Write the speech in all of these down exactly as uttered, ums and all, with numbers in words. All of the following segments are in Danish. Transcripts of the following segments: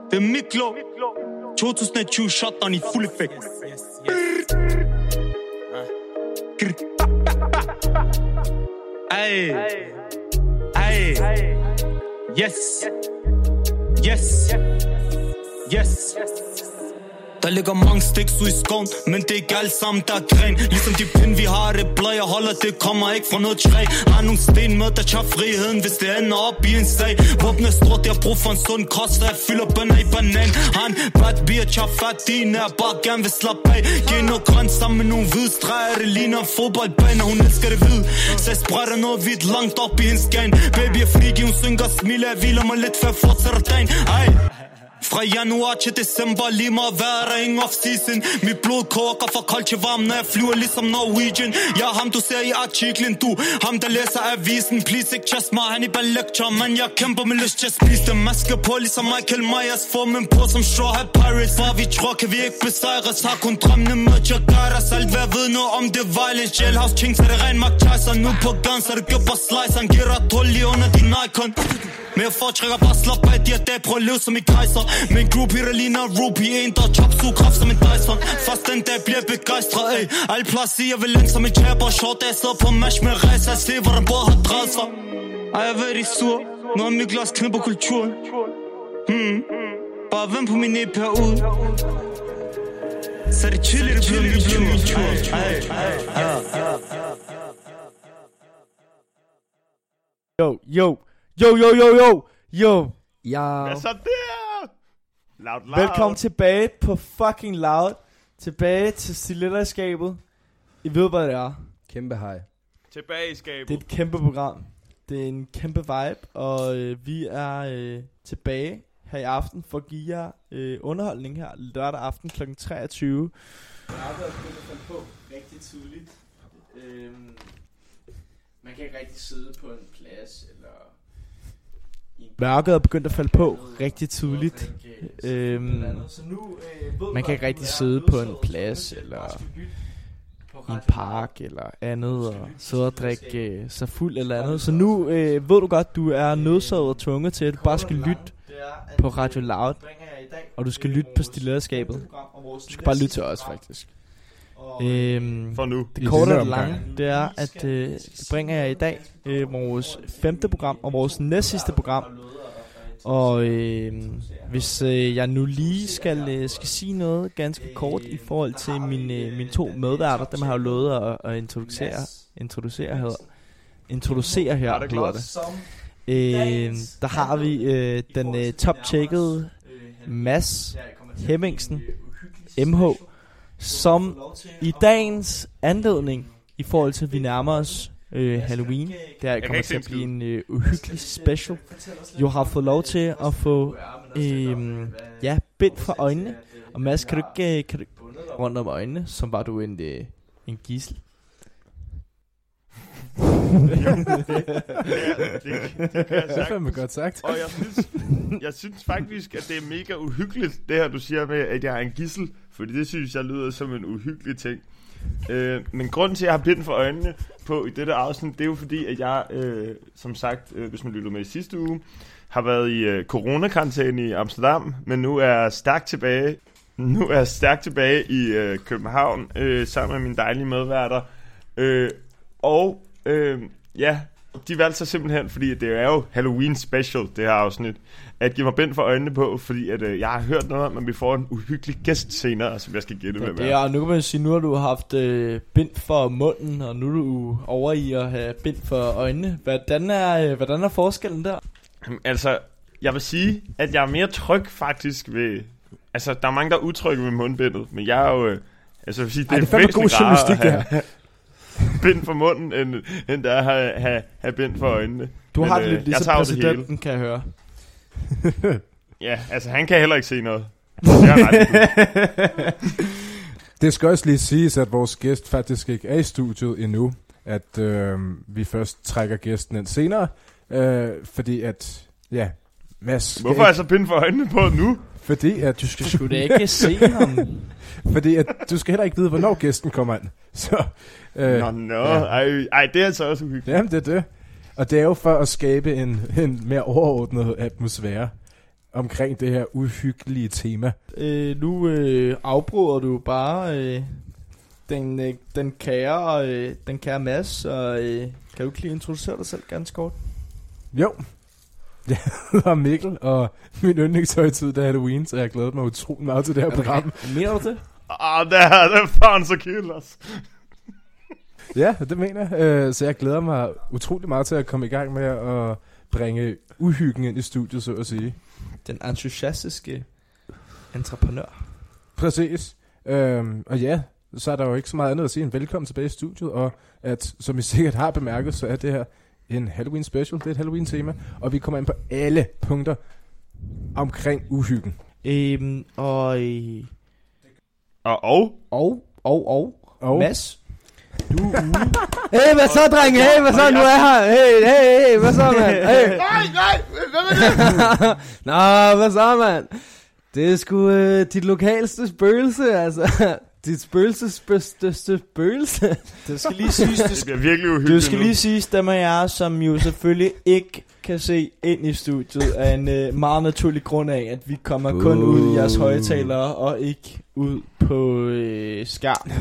Det er Miklo. to tusind og tyve shotdown i fuld effekt. Ay. Ay. Yes. Yes. Yes. Der ligger mange stiks ud i skoven, men det er ikke alle sammen, der er gren. Ligesom de pinde, vi har det bløj, jeg holder, det kommer ikke fra noget træ. Har nogle sten med, der tager friheden, hvis det ender op i en sag. Våben er stort, jeg har brug for en sund kost, og jeg fylder bønner i banan. Har en bad beer, tager fat dine, jeg bare gerne vil slappe af. Giv noget grønt sammen med nogle hvide streger, det ligner en fodboldbane, hun elsker det hvide. Så jeg spreder noget hvidt langt op i hendes gan. Baby er frigi, hun synger og smiler, jeg hviler mig lidt, før jeg fortsætter dagen. Ej. Fra januar til december, lige meget vejr, der er ingen off-season. Mit blod koger fra koldt til varm, når jeg flyver ligesom Norwegian. Jeg er ham, du ser i artiklen, du ham, der læser avisen. Please, ikke just mig, han i bare lecture, man, jeg kæmper med lyst til at spise det. Maske på, ligesom Michael Myers, formen på som Straw Hat Pirates. Bare vi tror, kan vi ikke besejres, har kun drømmene med Jagaras. Alt hvad jeg ved nu om det violence, jailhouse king, så det ren Mark Tyson. Nu på gang, så det gør bare slice, han giver dig tål lige under din icon. Men jeg foretrækker bare slap af de her dage, prøv at leve som en kejser. Med en groupie, der ligner Ruby, en der chop suge kraft som en Dyson. Først den dag bliver begejstret, ey. Alle plads i, jeg vil længe som en jabber. Short dag, jeg sidder på mash med rejse, jeg ser, hvordan både har drejet sig. Ej, jeg ved, de er sur, nu har Miklas knipper kulturen. Hmm, bare vent på min E P ud. Så er det chilligt, det bliver lidt kultur. Ej, ej, ej. Yo, yo. Yo, yo, yo, yo, yo, yo. Hvad så der? Loud, loud. Velkommen tilbage på fucking Loud. Tilbage til stiletterskabet. I ved, hvad det er. Kæmpe hej. Tilbage i skabet. Det er et kæmpe program. Det er en kæmpe vibe. Og øh, vi er øh, tilbage her i aften for at give jer øh, underholdning her lørdag aften klokken treogtyve. Jeg har været begyndt at falde på rigtig tidligt. Øhm, man kan ikke rigtig sidde på en plads eller... Mørket er begyndt at falde på rigtig tidligt. Øhm, man kan ikke rigtig sidde på en plads eller i en park eller andet og sidde og drikke sig fuld eller andet. Så nu øh, ved du godt, du er nødsaget og tvunget til, at du bare skal lytte på Radio Loud. Og du skal lytte på stiletterskabet. Du skal bare lytte til os, faktisk. Øhm, For nu. Det korte og lange, det er, at øh, det bringer jeg i dag øh, vores femte program og vores næstsidste program. Og øh, hvis øh, jeg nu lige skal, øh, skal sige noget ganske kort i forhold til mine, øh, mine to medværter, dem har jeg jo lovet at, at introducere, introducere her. Introducere her, hedder det. Øh, der har vi øh, den øh, top-checkede Mads Hemmingsen, M H, som i dagens anledning i forhold til, at vi nærmer os øh, Halloween, det her kommer til at blive en øh, uhyggelig special, jo har fået lov til at få øh, ja, bind for øjnene. Og Mads, kan du ikke kan du, rundt om øjnene, som var du en, øh, en gidsel? det, det, det kan jeg Det er fandme godt sagt. Og jeg synes, jeg synes faktisk, at det er mega uhyggeligt, det her du siger med, at jeg er en gidsel. Fordi det synes jeg lyder som en uhyggelig ting. øh, Men grunden til, at jeg har bind for øjnene på i dette afsnit, det er jo fordi, at jeg, øh, som sagt, øh, hvis man lytter med i sidste uge, har været i øh, coronakarantæne i Amsterdam. Men nu er jeg stærkt tilbage Nu er jeg stærkt tilbage i øh, København øh, sammen med mine dejlige medværter. øh, Og øh, ja, de valgte sig simpelthen, fordi det er jo Halloween special, det her afsnit, at give mig bind for øjnene på, fordi at, øh, jeg har hørt noget om, at vi får en uhyggelig gæst senere, som jeg skal gætte med. Ja, og nu kan man sige, nu har du haft øh, bind for munden, og nu er du over i at have bind for øjnene. Hvordan er, øh, hvordan er forskellen der? Altså, jeg vil sige, at jeg er mere tryg faktisk ved... Altså, der er mange, der er utrygge ved mundbindet, men jeg er jo... Øh, altså, jeg vil sige, det, Ej, det er fandme god journalistik, det her. Bind for munden, end, end der at have, have, have bind for øjnene. Du men, har det lidt øh, ligesom præsidenten, kan jeg høre. Ja, altså han kan heller ikke se noget. Det er ret. Det skal også lige siges, at vores gæst faktisk ikke er i studiet endnu. At øh, vi først trækker gæsten ind senere. Øh, fordi at, ja, Mads... Hvorfor er jeg så bind for øjnene på nu? Fordi at... Du skal sgu da ikke se ham. Fordi at du skal heller ikke vide, hvornår gæsten kommer ind. Så, øh, Nå, nå. Ja. Ej, ej, det er altså også uhyggeligt. Jamen, det er det. Og det er jo for at skabe en, en mere overordnet atmosfære. omkring det her uhyggelige tema. Øh, nu øh, afbryder du bare øh, den, øh, den kære øh, den kære Mads, og øh, kan du ikke lige introducere dig selv ganske kort? Jo, jeg hedder Mikkel, og min yndlingshøjtid det er Halloween, så jeg har glædet mig utrolig meget til det her program. Mener du det? Ah, det er det er faren så cute, også. Ja, det mener jeg. Øh, så jeg glæder mig utrolig meget til at komme i gang med at bringe uhyggen ind i studiet, så at sige. Den entusiastiske entreprenør. Præcis. Øhm, og ja, så er der jo ikke så meget andet at sige end velkommen tilbage i studiet, og at, som I sikkert har bemærket, så er det her en Halloween special, det er et Halloween tema, og vi kommer ind på alle punkter omkring uhyggen. Øhm, og, øh, Og, og? og, og, og, Og Mads, du er ude. Hey, hvad så, drenge? Hey, hvad så? Nu er jeg her. Hey, hey, hey, hvad så, mand? Hey. Nej, nej, hvad med det? Nå, hvad så, mand? Det er sgu øh, dit lokalste spøgelse, altså. Dit spøgelsesbedste spøgelse. Det skal lige siges, Det bliver virkelig uhyggeligt. du skal lige sige, stemmer jer, som jo selvfølgelig ikke kan se ind i studiet af en øh, meget naturlig grund af, at vi kommer kun Uh. ud i jeres højtalere og ikke ud på øh, skærmen.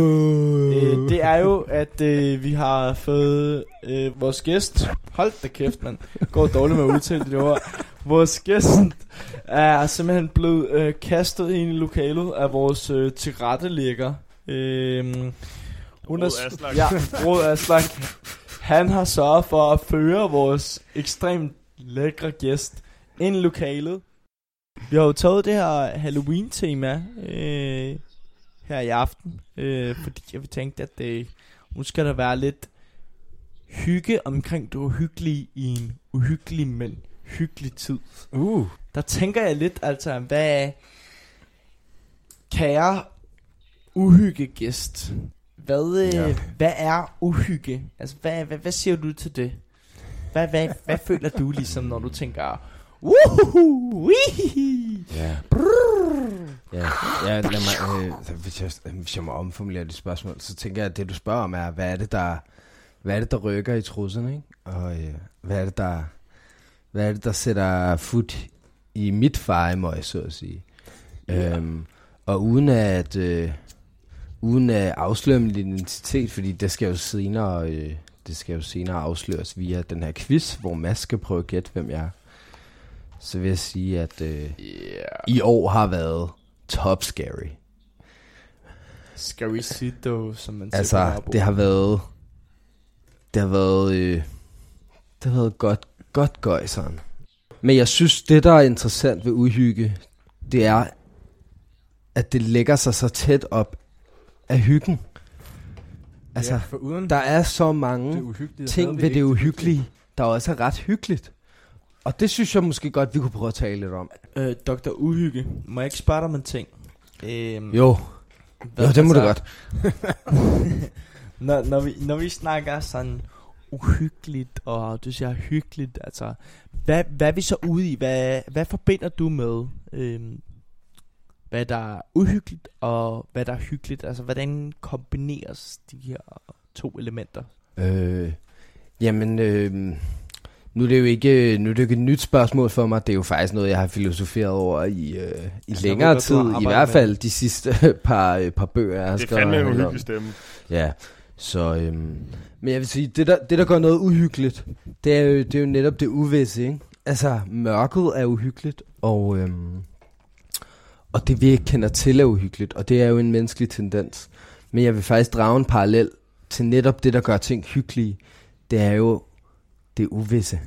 øh, det er jo, at øh, vi har fået øh, vores gæst. Hold da kæft, man. Går dårligt med at udtale det ord. Vores gæst er simpelthen blevet øh, kastet ind i lokalet af vores øh, tilrettelægger. Øh, hun Rod er, Aslak. ja, Rod Aslak. Han har sørget for at føre vores ekstremt lækre gæst ind i lokalet. Vi har jo taget det her Halloween-tema øh, her i aften, øh, fordi jeg tænkte, at det, nu skal der være lidt hygge omkring det uhyggelige i en uhyggelig, men hyggelig tid. Uh. Der tænker jeg lidt, altså, hvad kære uhyggegæst, hvad, øh, Ja. hvad er uhygge? Altså, hvad, hvad, hvad siger du til det? Hvad, hvad, hvad føler du ligesom, når du tænker, woohoo, wihi, Ja. Ja, ja lad mig, øh, hvis, jeg, hvis jeg må omformulere dit spørgsmål, så tænker jeg, at det du spørger om er, hvad er det, der, hvad er det, der rykker i trusserne, ikke? Og øh, hvad er det, der, hvad er det, der sætter fod i mit fejemøg, så at sige. Ja. Øhm, og uden at, øh, uden at afsløre min identitet, fordi det skal jo senere, øh, det skal jo senere afsløres via den her quiz, hvor Mads skal prøve at gætte, hvem jeg er. Så vil jeg sige, at øh, yeah. i år har været top scary. Scary Cito, som man siger på Altså, Nørrebro. det har været, det har været, øh, det har været godt, godt gøjseren. Men jeg synes, det der er interessant ved uhygge, det er, at det lægger sig så tæt op af hyggen. Altså, Ja, for uden der er så det mange uhyggelige, ting havde vi ved ikke det uhyggelige, der også er ret hyggeligt. Og det synes jeg måske godt, vi kunne prøve at tale lidt om. Øh, doktor Uhygge, må jeg ikke spørge dig om en ting? Øhm, Jo, jo det må du godt. når, når, vi, når vi snakker sådan uhyggeligt, og du siger hyggeligt, altså, hvad, hvad er vi så ude i? Hvad, hvad forbinder du med, øhm, hvad der er uhyggeligt, og hvad der er hyggeligt? Altså, hvordan kombineres de her to elementer? Øh, jamen, øh, nu er det jo ikke, nu er det jo ikke et nyt spørgsmål for mig. Det er jo faktisk noget, jeg har filosoferet over i, øh, i Altså, længere jeg ved tid. godt, du har I arbejdet hvert med fald de sidste par, øh, par bøger, jeg har Det er skrevet. fandme en handler om. uhyggelig stemme. Ja, så øhm, men jeg vil sige, det der, det der gør noget uhyggeligt, det er jo, det er jo netop det uvisse, ikke? Altså, mørket er uhyggeligt, og, øhm, og det vi ikke kender til er uhyggeligt, og det er jo en menneskelig tendens. Men jeg vil faktisk drage en parallel til netop det, der gør ting hyggelige. Det er jo det uvisse.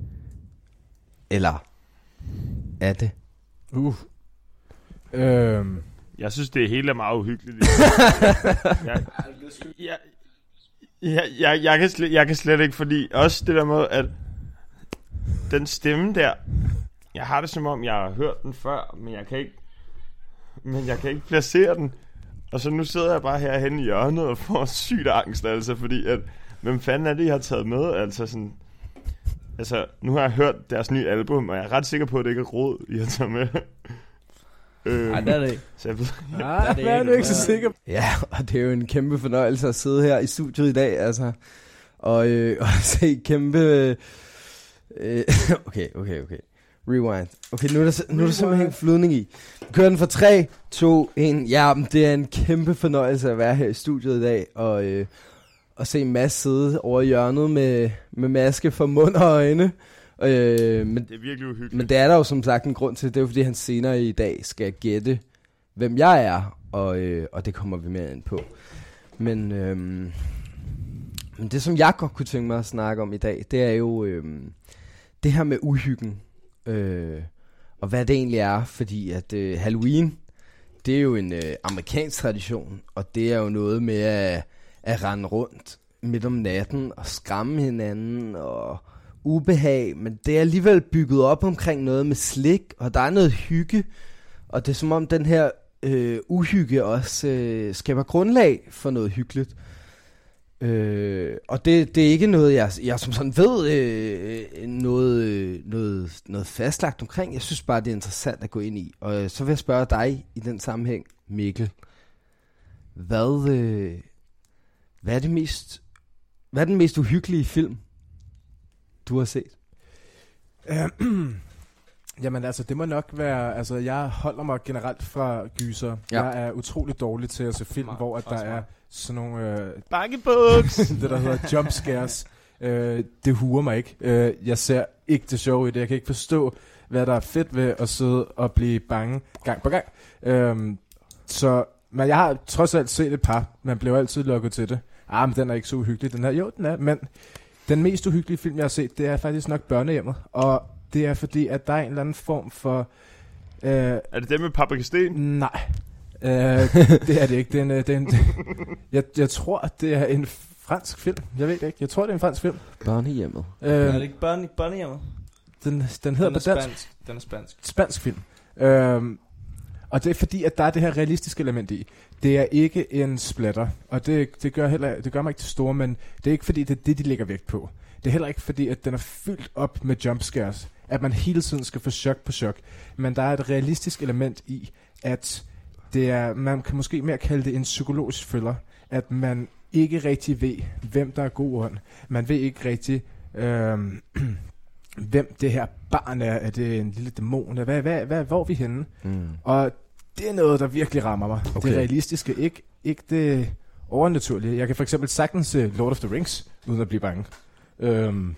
Eller er det? Uh. Øhm. Jeg synes, det hele er meget uhyggeligt. jeg, jeg, jeg, jeg, jeg, kan slet, jeg kan slet ikke, fordi også det der med, at den stemme der, jeg har det som om, jeg har hørt den før, men jeg kan ikke, men jeg kan ikke placere den. Og så nu sidder jeg bare herhenne i hjørnet og får sygt angst, altså, fordi at, hvem fanden er det, jeg har taget med, altså sådan, altså, nu har jeg hørt deres nye album, og jeg er ret sikker på, at det ikke er Rod, I har taget med. øhm, Nej, det er det ikke. Så jeg ved, Ah, er det er ikke du ikke så noget. sikker? Ja, og det er jo en kæmpe fornøjelse at sidde her i studiet i dag, altså. Og, øh, og se kæmpe... Øh, okay, okay, okay. Rewind. Okay, nu er der, nu er der simpelthen flydning i. Vi kører den for tre, to, et. Ja, men det er en kæmpe fornøjelse at være her i studiet i dag, og, øh, og se Mads sidde over hjørnet med, med maske for mund og øjne. Øh, men, det er virkelig uhyggeligt. Men det er der jo som sagt en grund til. Det er jo fordi, han senere i dag skal gætte, hvem jeg er, og, øh, og det kommer vi mere ind på. Men, øh, men det, som jeg godt kunne tænke mig at snakke om i dag, det er jo øh, det her med uhyggen. Øh, og hvad det egentlig er, fordi at øh, Halloween, det er jo en øh, amerikansk tradition, og det er jo noget med at, at rende rundt midt om natten og skræmme hinanden og ubehag, men det er alligevel bygget op omkring noget med slik, og der er noget hygge, og det er som om den her øh, uhygge også øh, skaber grundlag for noget hyggeligt. Øh, og det, det er ikke noget, jeg, jeg som sådan ved øh, noget, øh, noget, noget fastlagt omkring. Jeg synes bare, det er interessant at gå ind i. Og øh, så vil jeg spørge dig i den sammenhæng, Mikkel. Hvad, øh, hvad, er det mest, hvad er den mest uhyggelige film, du har set? Jamen altså, det må nok være, altså jeg holder mig generelt fra gyser. Ja. Jeg er utrolig dårlig til at se film, Man, hvor at der er sådan nogle... Øh, Bangebuks! det der hedder jump scares. øh, det huer mig ikke. Øh, jeg ser ikke det sjove i det. Jeg kan ikke forstå, hvad der er fedt ved at sidde og blive bange gang på gang. Øh, så, men jeg har trods alt set et par. Man bliver altid lukket til det. Ah, men den er ikke så uhyggelig, den her. Jo, den er, men den mest uhyggelige film, jeg har set, det er faktisk nok Børnehjemmet. Og det er fordi, at der er en eller anden form for... Øh, er det det med Paprika Steen? Nej. Øh, det er det ikke. Det er en, det er en, jeg, jeg tror, at det er en fransk film. Jeg ved det ikke. Jeg tror, det er en fransk film. Børnehjemmet. Øh, er det ikke børne, Børnehjemmet? Den, den hedder den på dansk. Spansk. Den er spansk. Spansk film. Øh, og det er fordi, at der er det her realistiske element i. Det er ikke en splatter. Og det, det, gør, heller, det gør mig ikke til store, men det er ikke fordi, det er det, de lægger vægt på. Det er heller ikke fordi, at den er fyldt op med jumpscares. At man hele tiden skal få chok på chok. Men der er et realistisk element i, at det er, man kan måske mere kalde det en psykologisk thriller. At man ikke rigtig ved, hvem der er god ånd. Man ved ikke rigtig, øh, hvem det her barn er. Er det en lille dæmon? Hvad, hvad, hvad, hvor er vi henne? Mm. Og det er noget, der virkelig rammer mig. Okay. Det realistiske, ikke, ikke det overnaturlige. Jeg kan for eksempel sagtens se Lord of the Rings, uden at blive bange. Øhm,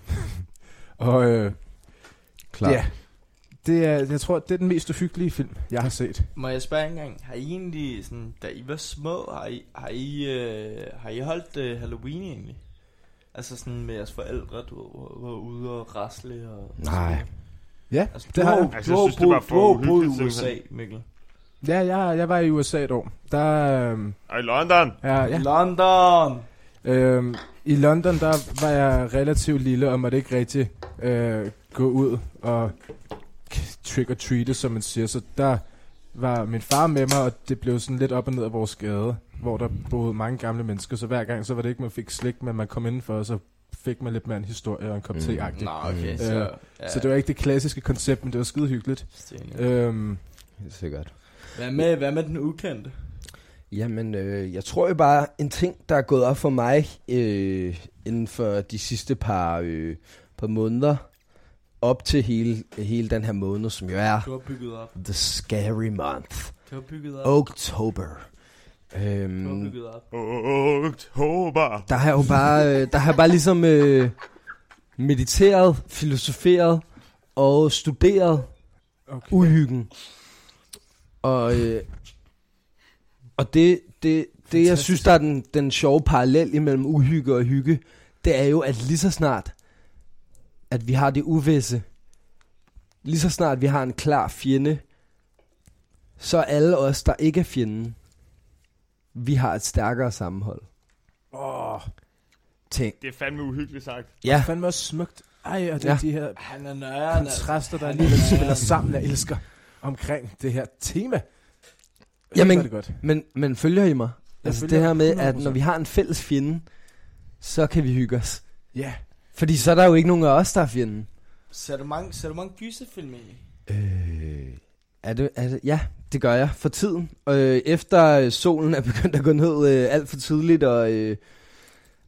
og øh, Klar. Ja, det er, jeg tror, det er den mest uhyggelige film, jeg har set. Må jeg spørge engang, har I egentlig, sådan, da I var små, har I, har I, øh, har I holdt øh, Halloween egentlig? Altså sådan med jeres forældre, du var ude og rasle og... Nej. Ja, altså, det har jeg. Altså, jeg synes, det var for uhyggeligt. Du har boet i U S A, Mikkel. Ja, jeg, jeg var i U S A et år. Der, øh, og i London. Ja, ja. London! Øhm, I London, der var jeg relativt lille, og måtte ikke rigtig øh, gå ud og trick-or-treate, som man siger. Så der var min far med mig, og det blev sådan lidt op og ned af vores gade, hvor der boede mange gamle mennesker. Så hver gang, så var det ikke, man fik slik, men man kom indenfor, og så fik man lidt mere en historie og en kop te-agtigt. Nå, okay, øh, så, ja. så det var ikke det klassiske koncept, men det var skide hyggeligt. Øhm, Helt sikkert. Hvad med, hvad med den ukendte? Jamen, øh, jeg tror jo bare, en ting, der er gået op for mig øh, inden for de sidste par, øh, par måneder, op til hele, hele den her måned, som jo er du har bygget op. The Scary Month. Du har bygget op. Oktober. Øhm, du har bygget op. Oktober. Der har jeg jo bare, øh, der har jeg bare ligesom øh, mediteret, filosoferet og studeret okay. uhyggen. Og... Øh, Og det, det, det jeg synes, der er den, den sjove parallel imellem uhygge og hygge, det er jo, at lige så snart, at vi har det uvisse, lige så snart vi har en klar fjende, så er alle os, der ikke er fjenden, vi har et stærkere sammenhold. Åh, oh, Tænk. det er fandme uhyggeligt sagt. Ja. Det er fandme også smukt. Ej, og det er ja. de her Han er nøjeren, kontraster, der alligevel spiller sammen, jeg elsker omkring det her tema. Jamen, det godt. men, men følger I mig? Jeg altså følger det her med, hundrede procent. at når vi har en fælles fjende, så kan vi hygge os. Ja. Yeah. Fordi så er der jo ikke nogen af os, der er fjenden. Ser du mange, ser du mange gyserfilm egentlig? Øh, er det, er det, ja, det gør jeg for tiden. Øh, efter solen er begyndt at gå ned øh, alt for tidligt, og, øh,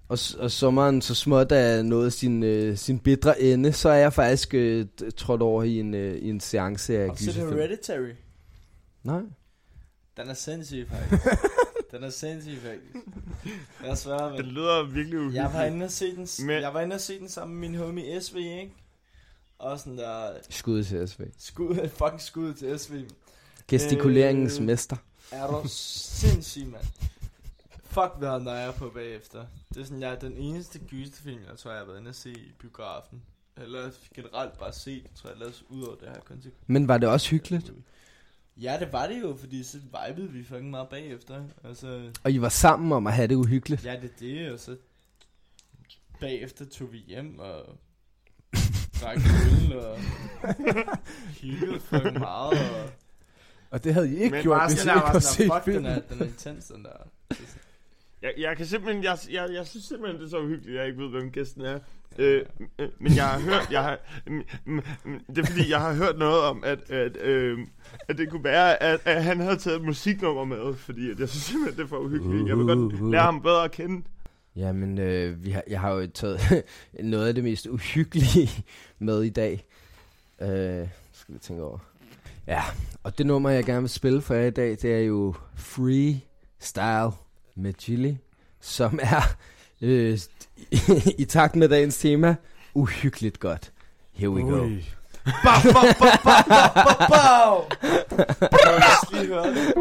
og, og sommeren så småt er nået sin, øh, sin bitre ende, så er jeg faktisk øh, trådt over i en, øh, i en seance af Har du set Hereditary? Nej. Den er sindssyg, faktisk. Den er sindssyg, faktisk. Jeg sværger, Den lyder virkelig uhyggeligt. Jeg var inde og se den, Men... jeg var inde og se den sammen med min homie S V, ikke? Og sådan der... Skud til S V. Skud, fucking skud til S V. Gestikuleringens øh, mester. Er du sindssyg, mand. Fuck, hvad han der er på bagefter. Det er sådan, jeg er den eneste gyserfilm, jeg tror, jeg har været inde og se i biografen. Eller generelt bare set, tror jeg, ellers ud over det her konsekvens. Men var det også hyggeligt? Ja, det var det jo, fordi så vibede vi fucking meget bagefter. Altså, og I var sammen om at have det uhyggeligt? Ja, det er det, og så bagefter tog vi hjem og drak øl og hyggede fucking meget. Og, og det havde I ikke men gjort, hvis I ikke havde set fuck, filmen. Den er, den er intens, den der. Jeg, jeg kan simpelthen, jeg, jeg, jeg synes simpelthen, det er så uhyggeligt, at jeg ikke ved, hvem gæsten er. Øh, øh, men jeg har hørt, jeg har, øh, øh, det er fordi, jeg har hørt noget om, at, at, øh, at det kunne være, at, at han havde taget et musiknummer med, fordi at jeg synes simpelthen, det er for uhyggeligt. Jeg vil godt lære ham bedre at kende. Jamen, øh, vi har, jeg har jo taget noget af det mest uhyggelige med i dag. Øh, skal vi tænke over. Ja, og det nummer, jeg gerne vil spille for jer i dag, det er jo Freestyle med Chili, som er øh, i takt med dagens tema uhyggeligt godt. Here we go. Bow, bow, bow, bow, bow, bow. Jeg skal lige høre det.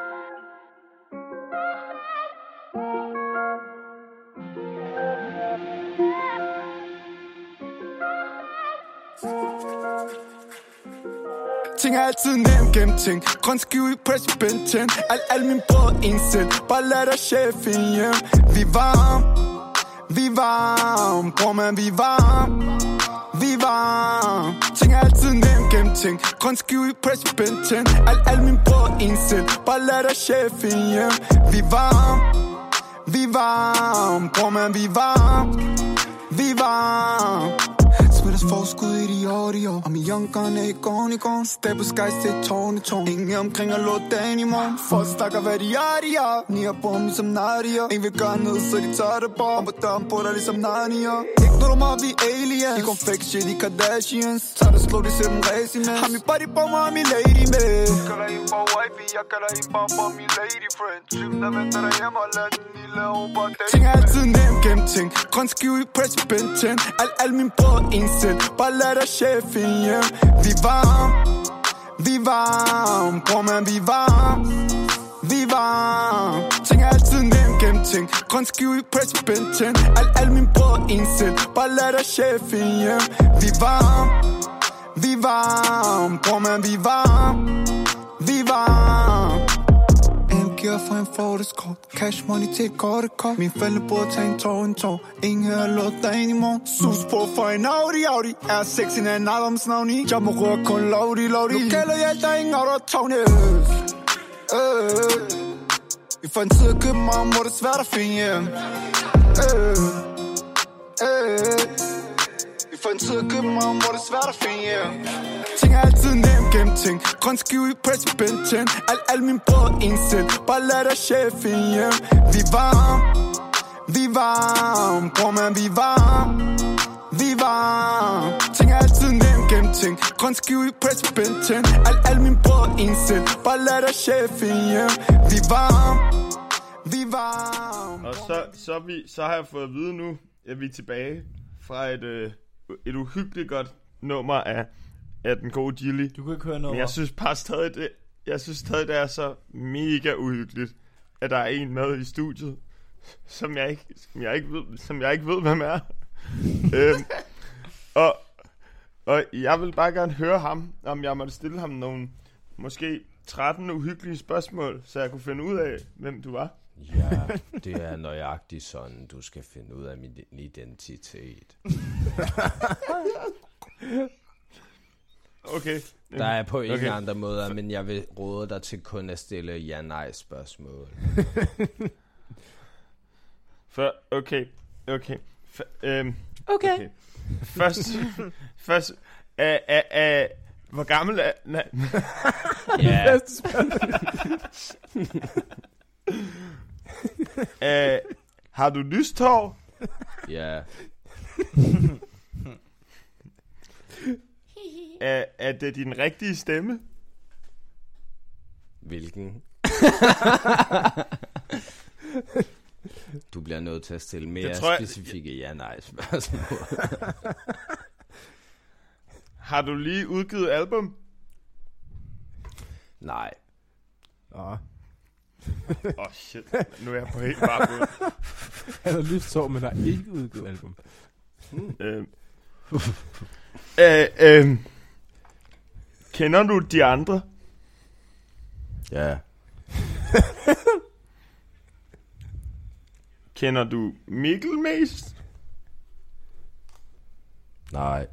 Ting er altid nemt gennem ting. Grøn skive i pressbenten. Al, al min brød indsæt. Bare lad dig chefen hjem. Vi varm, vi varm. Bror man, vi varm, vi varm. Ting er altid nemt gennem ting. Grøn skive i pressbenten. Al, al min brød indsæt. Bare lad dig chefen hjem. Vi varm, vi varm. Bror man, vi varm, vi varm. Spillers forskud i de år, de år. Og min young gun er i gården i gården. Step på skies til tårn i tårn. Ingen omkring og lå dagen i morgen. Folk snakker hvad de er, de er. Ni er på mig som Nadia. Ingen vil gøre noget, så de tager det på. Og på døren på dig ligesom Narnia. Ikke når du må, vi aliens. I konfekt shit i Kardashians. Tager det slå, de ser dem ræs imens. Har min body på mig og min lady med. Jeg kalder hende for wifey, jeg kalder hende bare for min lady friend. Typen der venter derhjemme og lader den lille over dag. Ting er altid nemt gennem ting. Grøn skive i pressbenten. Al, al min brød indsæt. Bare lad dig chefen hjem. Vi varm, vi varm. Bror man, vi varm, vi varm. Ting er altid nemt gennem ting. Grøn skive i pressbenten. Al, al min brød indsæt. Bare lad dig chefen hjem. Vi varm, vi varm. Bror man, vi varm, vi varm. Giver for en forteskort. Cash money til et kortekort. Min fælde burde tage en tår, en tår. Ingen hører låt dagen i morgen. Sus på for en Audi, Audi. Er sexy en en nat om snavn i. Job og rører kun lovdi, lovdi. Lokale hjælp, der er ingen auto, tårnes. Øh. Vi får en tid at købe mig, hvor det er svært at finde hjem. Øh. Øh. Vi får en tid at købe mig, hvor det er svært at finde hjem. Ting er altid nemt gennem ting. Grøn skive i pressbenten. Al, al min brød indsæt. Bare lad dig chefen hjem. Vi varm, vi varm. Bror man, vi varm, vi varm. Ting er altid nemt gennem ting. Grøn skive i pressbenten. Al, al min brød indsæt. Bare lad dig chefen hjem. Vi varm, vi varm. Og så, så, vi, så har jeg fået at vide nu, at vi er tilbage fra et, øh, et uhyggeligt godt nummer af af den gode Gilly. Du kan ikke høre noget. Men jeg synes bare stadig det, jeg synes stadig det er så mega uhyggeligt, at der er en med i studiet, som jeg ikke, som jeg ikke ved, som jeg ikke ved hvem er. øhm, og og jeg vil bare gerne høre ham, om jeg måtte stille ham nogle måske tretten uhyggelige spørgsmål, så jeg kunne finde ud af hvem du var. Ja, det er nøjagtigt sådan, du skal finde ud af min identitet. Okay. Der er på ingen okay. andre måder, men jeg vil råde dig til kun at stille ja-nej-spørgsmål. For, okay, okay. For, øhm, okay. okay. Først, først, øh, øh, øh, hvor gammel er... Nej. Ja. øh, har du lyst hår? Ja. Er, er det din rigtige stemme? Hvilken? Du bliver nødt til at stille mere tror jeg- specifikke ja-nej-spørgsmål. Har du lige udgivet album? Nej. Åh, Åh, oh, shit. Nu er jeg på helt bare på. han har lyst hår, men har ikke udgivet album. øh. øh, øh. Kender du de andre? Ja. Kender du Mikkel mest? Nej.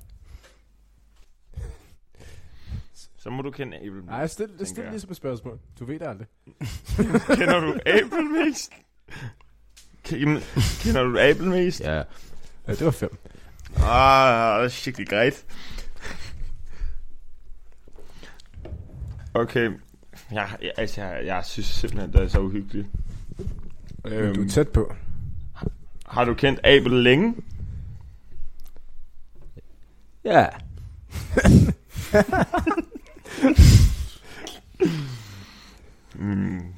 Så må du kende Abel mest. Nej, stil, tænker stil jeg. ligesom et spørgsmål. Du ved det aldrig. Kender du Abel mest? Kender, kender du Abel mest? Ja. Ja, det var fem. Ah, det er skikkelig greit. Okay. Jeg, jeg, altså, jeg, jeg synes simpelthen, det er så uhyggeligt. Øhm. Du er tæt på. Har du kendt Abel længe? Ja. Mm.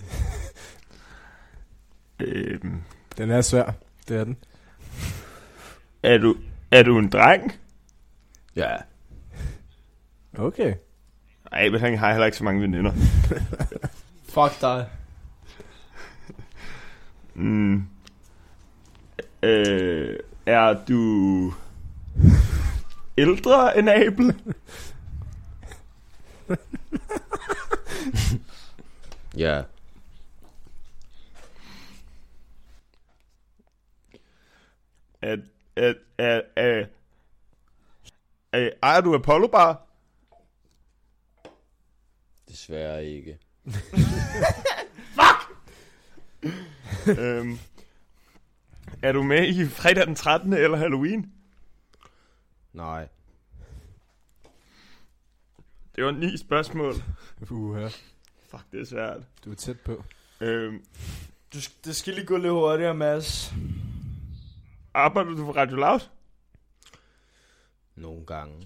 øhm. Den er svær. Det er den. Er du, er du en dreng? Ja. Okay. Abel, han har heller ikke så mange veninder. Fuck dig. Mm. Øh, er du ældre end Abel? Ja. Er, er, er, er, er, ejer du Apollo Bar? Desværre ikke. øhm, er du med i fredag den trettende eller Halloween? Nej. Det var ni spørgsmål. Uha. Fuck, det er svært. Du er tæt på. Øhm, Du, det skal lige gå lidt hurtigere, Mads. arbejder du for Radio Loud? Nogle gange.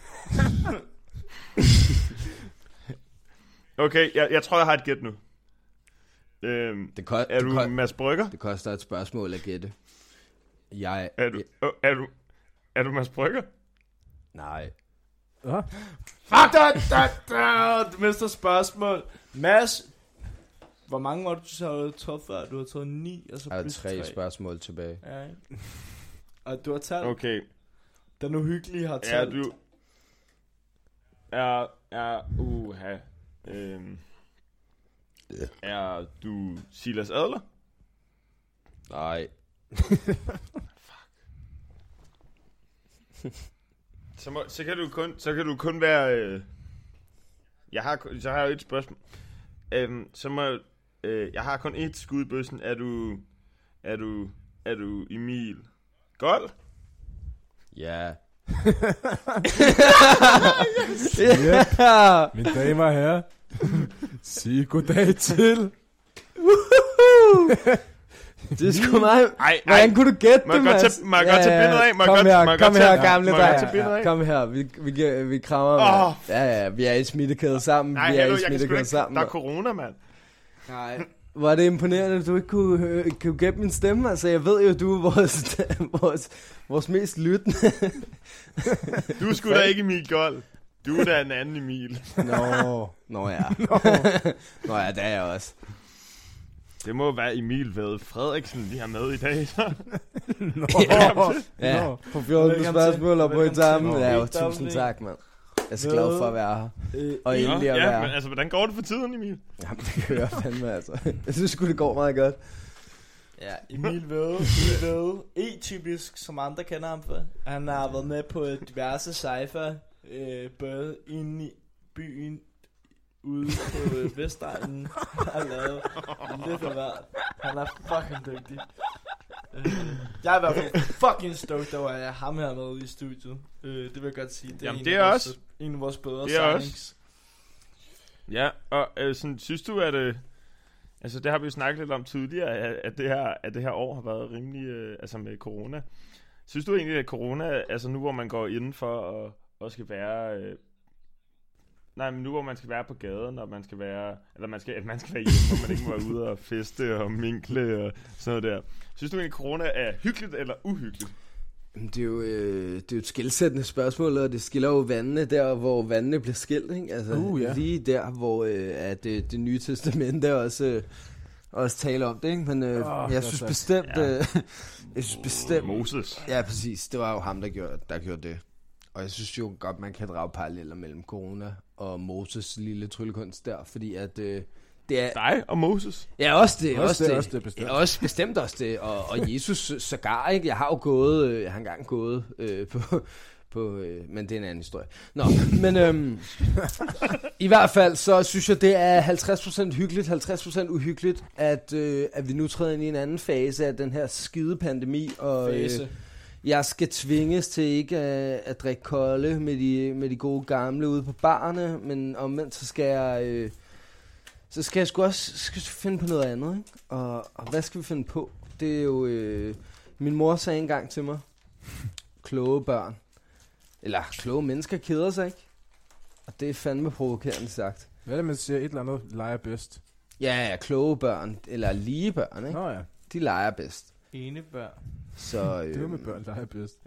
Okay, jeg, jeg tror, jeg har et gæt nu. Øhm, Det, ko- er det, du ko- Mads Brygger? det koster et spørgsmål at gætte. Jeg... Er du, øh, er du, er du Mads Brygger? Nej. Åh. Fuck dig! Da, da, du mister spørgsmål. Mads, hvor mange var det, du havde taget før? Du har taget ni, og så Jeg har plus tre tre. spørgsmål tilbage. Ja, ikke? Og du har talt. Okay. Den uhyggelige har Er talt. du... Er... Er... Uha. Øhm, er du Silas Adler? Nej. Så, må, så kan du kun, så kan du kun være. Øh, jeg har, kun- så har jeg jo et spørgsmål. Øhm, så må øh, jeg har kun et skud i bøssen. Er du, er du, er du Emil Gold? Ja. Ja. Mine damer og herrer. Sig goddag til. Det er sgu meget... Ej, Hvordan kunne du gætte Må det, jeg godt Mads? tage- må jeg godt tage billedet af? Må jeg Kom godt- her, må jeg kom godt her, tage- gamle må jeg godt dreng. tage billedet af? Kom her, vi, vi, vi krammer, Åh. oh. Ja, ja, vi er i smittekæde sammen. Nej, vi er hallo, i jeg kan sgu smittekæde ikke. sammen. Der er corona, mand. Nej. Var det imponerende, at du ikke kunne, øh, kunne gætte min stemme? Altså, jeg ved jo, du er vores, vores, vores mest lyttende. Du er sgu da ikke Emil Gold. Du er da en anden Emil. Nå, nå ja. Nå ja, det er jeg også. Det må være Emil Væde Frederiksen, vi har med i dag. Så. Nå. Ja, Nå. på fjorten Velkommen spørgsmål til. og på et Velkommen sammen. til. Ja, jo, Velkommen tusind til. tak, mand. Jeg er så glad for at være her. Øh, Og en- egentlig at ja, være... men altså, hvordan går det for tiden, Emil? Jamen, det kører fandme, altså. Jeg synes sgu, det går meget godt. Ja, Emil Væde, Emil Væde, E-typisk, som andre kender ham for. Han har været med på diverse cypher, øh, både inde i byen, ude på øh, Vestegnen. Han har lavet lidt af hvert. Han er fucking dygtig. Øh, jeg er i hvert fald fucking stoked over, at jeg har ham her med i studiet. Øh, det vil jeg godt sige. Det er, Jamen, en det af er vores, også. en af vores bedre Det er også. signings. Ja, og øh, sådan, synes du, at... Øh, Altså, det har vi jo snakket lidt om tidligere, at, at, det, her, at det her år har været rimelig, øh, altså med corona. Synes du egentlig, at corona, altså nu hvor man går indenfor og, og skal være... Øh, nej, men nu hvor man skal være på gaden, og man skal være... Eller man skal, at man skal være hjemme, og man ikke må være ude og feste og minkle og sådan noget der. Synes du egentlig, at corona er hyggeligt eller uhyggeligt? Det er jo, øh, det er jo et skilsættende spørgsmål, og det skiller jo vandene der, hvor vandene bliver skilt, ikke? Altså Uh, ja. lige der, hvor øh, at det, det nye testamente også, øh, også taler om det, ikke? Men øh, Oh, jeg synes bestemt... Ja. Øh, jeg synes bestemt... Moses. Ja, præcis. Det var jo ham, der gjorde, der gjorde det. Og jeg synes jo godt, man kan drage paralleller mellem corona og Moses' lille tryllekunst der, fordi at... Øh, det er... Dig og Moses? Ja, også det. Også Også det, det, også det, bestemt. Ja, også bestemt også det. Og, og Jesus sågar, ikke? Jeg har jo gået... Øh, jeg har engang gået øh, på... på øh, men det er en anden historie. Nå, men øhm, i hvert fald, så synes jeg, det er halvtreds procent hyggeligt, halvtreds procent uhyggeligt, at, øh, at vi nu træder ind i en anden fase af den her skide pandemi. Og, øh, Fase. jeg skal tvinges til ikke at, at drikke kolde med de, med de gode gamle ude på barne, men omvendt så skal jeg... Øh, så skal jeg sgu også skal jeg finde på noget andet, ikke? Og, og hvad skal vi finde på? Det er jo... Øh, min mor sagde engang til mig, kloge børn, eller kloge mennesker keder sig ikke. Og det er fandme provokerende sagt. Hvad er det, man siger, et eller andet leger bedst? Ja, ja, kloge børn, eller lige børn, ikke? Nå ja, De leger bedst. Ene børn. Så, øh, det var med børn leger bedst.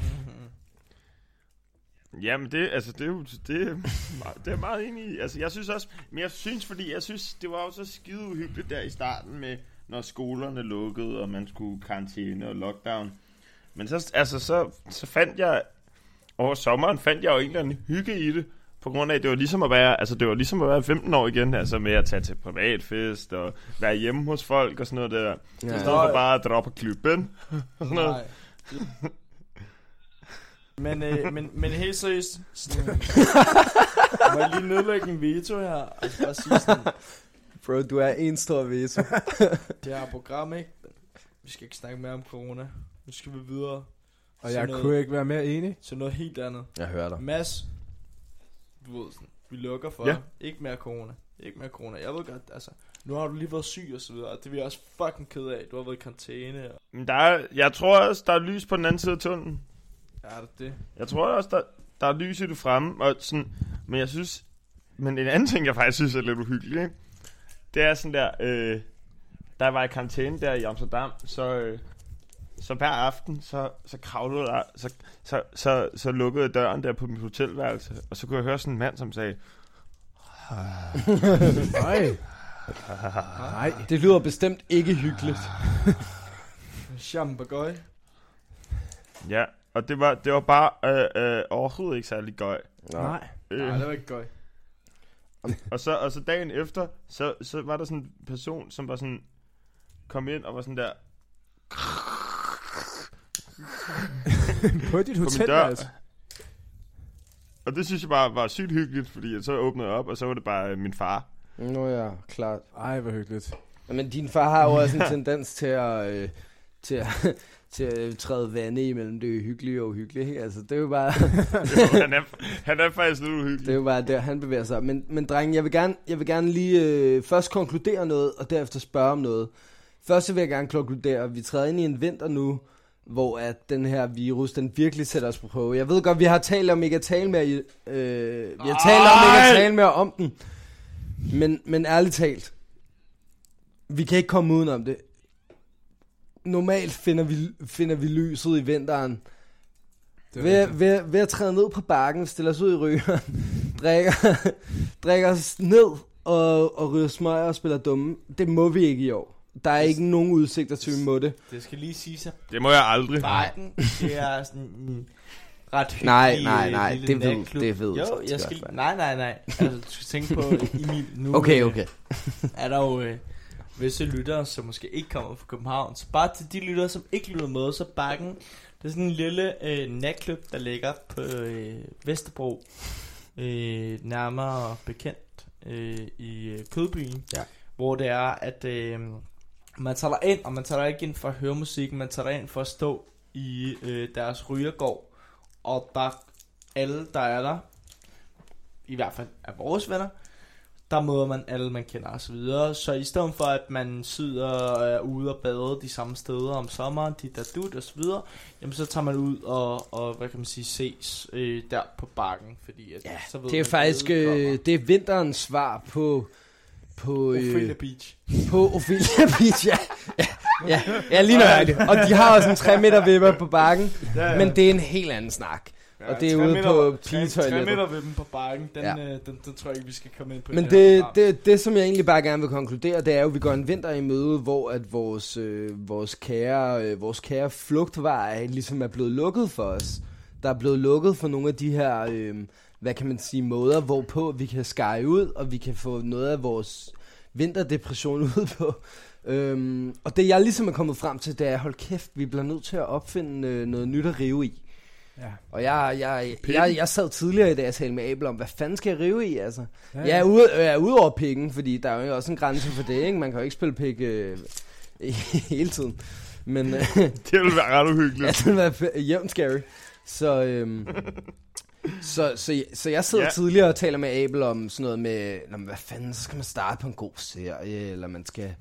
Jamen det, altså det er jo, det, er- det er meget enig i. Altså jeg synes også, men jeg synes, fordi jeg synes, det var jo så skide uhyggeligt der i starten med, når skolerne lukkede, og man skulle karantæne og lockdown. Men så, altså så, så fandt jeg, over sommeren fandt jeg jo en eller anden hygge i det, på grund af, at det var ligesom at være, altså det var ligesom at være femten år igen, altså med at tage til privatfest og være hjemme hos folk og sådan noget der. Ja. I stedet for bare at droppe klubben og sådan noget. Nej. Men, øh, men, men helt seriøst, sådan, må jeg lige nedlægge en veto her, og så bare sige sådan, bro, du er en stor veto. det her program, ikke? Vi skal ikke snakke mere om corona. Nu skal vi videre Og til jeg noget, kunne ikke være mere enig. til noget helt andet. Jeg hører dig. Mads, du ved sådan, vi lukker for Ja. ikke mere corona. Ikke mere corona. Jeg ved godt, altså, nu har du lige været syg og så videre, og det er vi også fucking ked af. Du har været i karantæne. Og... Men der er, jeg tror også, der er lys på den anden side af tunnelen. Ja, det er det. Jeg tror også, der, der er lys i det fremme, og sådan, men jeg synes, men en anden ting, jeg faktisk synes er lidt uhyggeligt, ikke? Det er sådan der, øh, der var i karantæne der i Amsterdam, så, øh, så hver aften, så, så kravlede der, så, så, så, så lukkede døren der på mit hotelværelse, og så kunne jeg høre sådan en mand, som sagde, Nej. Nej. Det lyder bestemt ikke hyggeligt. Shambagøj. ja, og det var, det var bare øh, øh, overhovedet ikke særlig gøj. Nej. Øh, Nej, det var ikke gøj. Og så, og så dagen efter, så, så var der sådan en person, som var sådan, kom ind og var sådan der, På dit på min hotel, dør. altså. Og det synes jeg bare var sygt hyggeligt, fordi jeg så åbnede jeg op, og så var det bare øh, min far. Nå ja, klart. Ej, hvor hyggeligt. Men din far har jo også en tendens til at, øh, til at, til at træde vande imellem det hyggelige og uhyggelige, ikke? Altså, det er jo bare... Jo, han, er, han er faktisk lidt uhyggelig. Det er jo bare der, han bevæger sig. Men, men drenge, jeg vil gerne, jeg vil gerne lige øh, først konkludere noget, og derefter spørge om noget. Først så vil jeg gerne konkludere, at vi træder ind i en vinter nu, hvor at den her virus, den virkelig sætter os på prøve. Jeg ved godt, vi har talt om ikke at tale mere, øh, vi har talt om ikke at tale mere om den. Men, men ærligt talt, vi kan ikke komme udenom det. Normalt finder vi, finder vi lyset i vinteren. Det er Ved, rigtigt. ved, ved at træde ned på bakken, stille os ud i rygeren, drikker, drikker os ned og, og ryger smøger og spiller dumme. Det må vi ikke i år. Der er ikke nogen udsigter til, vi må det. Det skal lige sige sig. Det må jeg aldrig. Bakken, det er sådan en ret hyggelig Nej, nej, nej, lille det ved- natklub. det ved Jo, jeg jeg godt, skal... hvad. Nej, nej, nej. Altså, du skal tænke på Emil. Nu Okay, øh, okay. er der jo øh, visse lyttere, som måske ikke kommer fra København. Så bare til de lyttere, som ikke lytter med, så Bakken, det er sådan en lille øh, natklub, der ligger på øh, Vesterbro. Øh, nærmere bekendt øh, i øh, Kødbyen. Ja. Hvor det er, at øh, man tager ind, og man tager ikke ind for at høre musikken, man tager ind for at stå i øh, deres rygergård. Og der alle, der er der, i hvert fald er vores venner, der møder man alle, man kender og så videre. Så i stedet for, at man sidder og er ude og bade de samme steder om sommeren, de der dut og så videre, jamen så tager man ud og, og hvad kan man sige, ses øh, der på bakken. Fordi, altså, Ja, så ved det er man, faktisk øh, det er vinterens svar på... På, øh, Ophelia Beach. På Ophelia Beach, ja. Ja, ja, ja lige nøjagtigt. Og de har også en tre meter vipper på bakken, ja, ja. Men det er en helt anden snak. Ja, og det er ude meter, på pigetoilettet. tre meter vippen på bakken, den, ja. øh, den, den tror jeg ikke, vi skal komme ind på. Men det, det, det, som jeg egentlig bare gerne vil konkludere, det er jo, at vi går en vinter i møde, hvor at vores, øh, vores, kære, øh, vores kære flugtvej ligesom er blevet lukket for os. Der er blevet lukket for nogle af de her... Øh, hvad kan man sige, måder, hvorpå vi kan skære ud, og vi kan få noget af vores vinterdepression ud på. Øhm, og det jeg ligesom er kommet frem til, det er, hold kæft, vi bliver nødt til at opfinde øh, noget nyt at rive i. Ja. Og jeg, jeg, jeg, jeg, jeg sad tidligere i dag og talte med Abel om, hvad fanden skal jeg rive i, altså? Ja, ja. Jeg, er ude, jeg er ude over pikken, fordi der er jo også en grænse for det, ikke? Man kan jo ikke spille pik øh, hele tiden. Men, øh, det ville være ret uhyggeligt. Ja, det ville være jævnt scary. Så... Øhm, Så, så, så jeg sidder yeah. tidligere og taler med Abel om sådan noget med, nå, hvad fanden, så skal man starte på en god serie, eller man skal,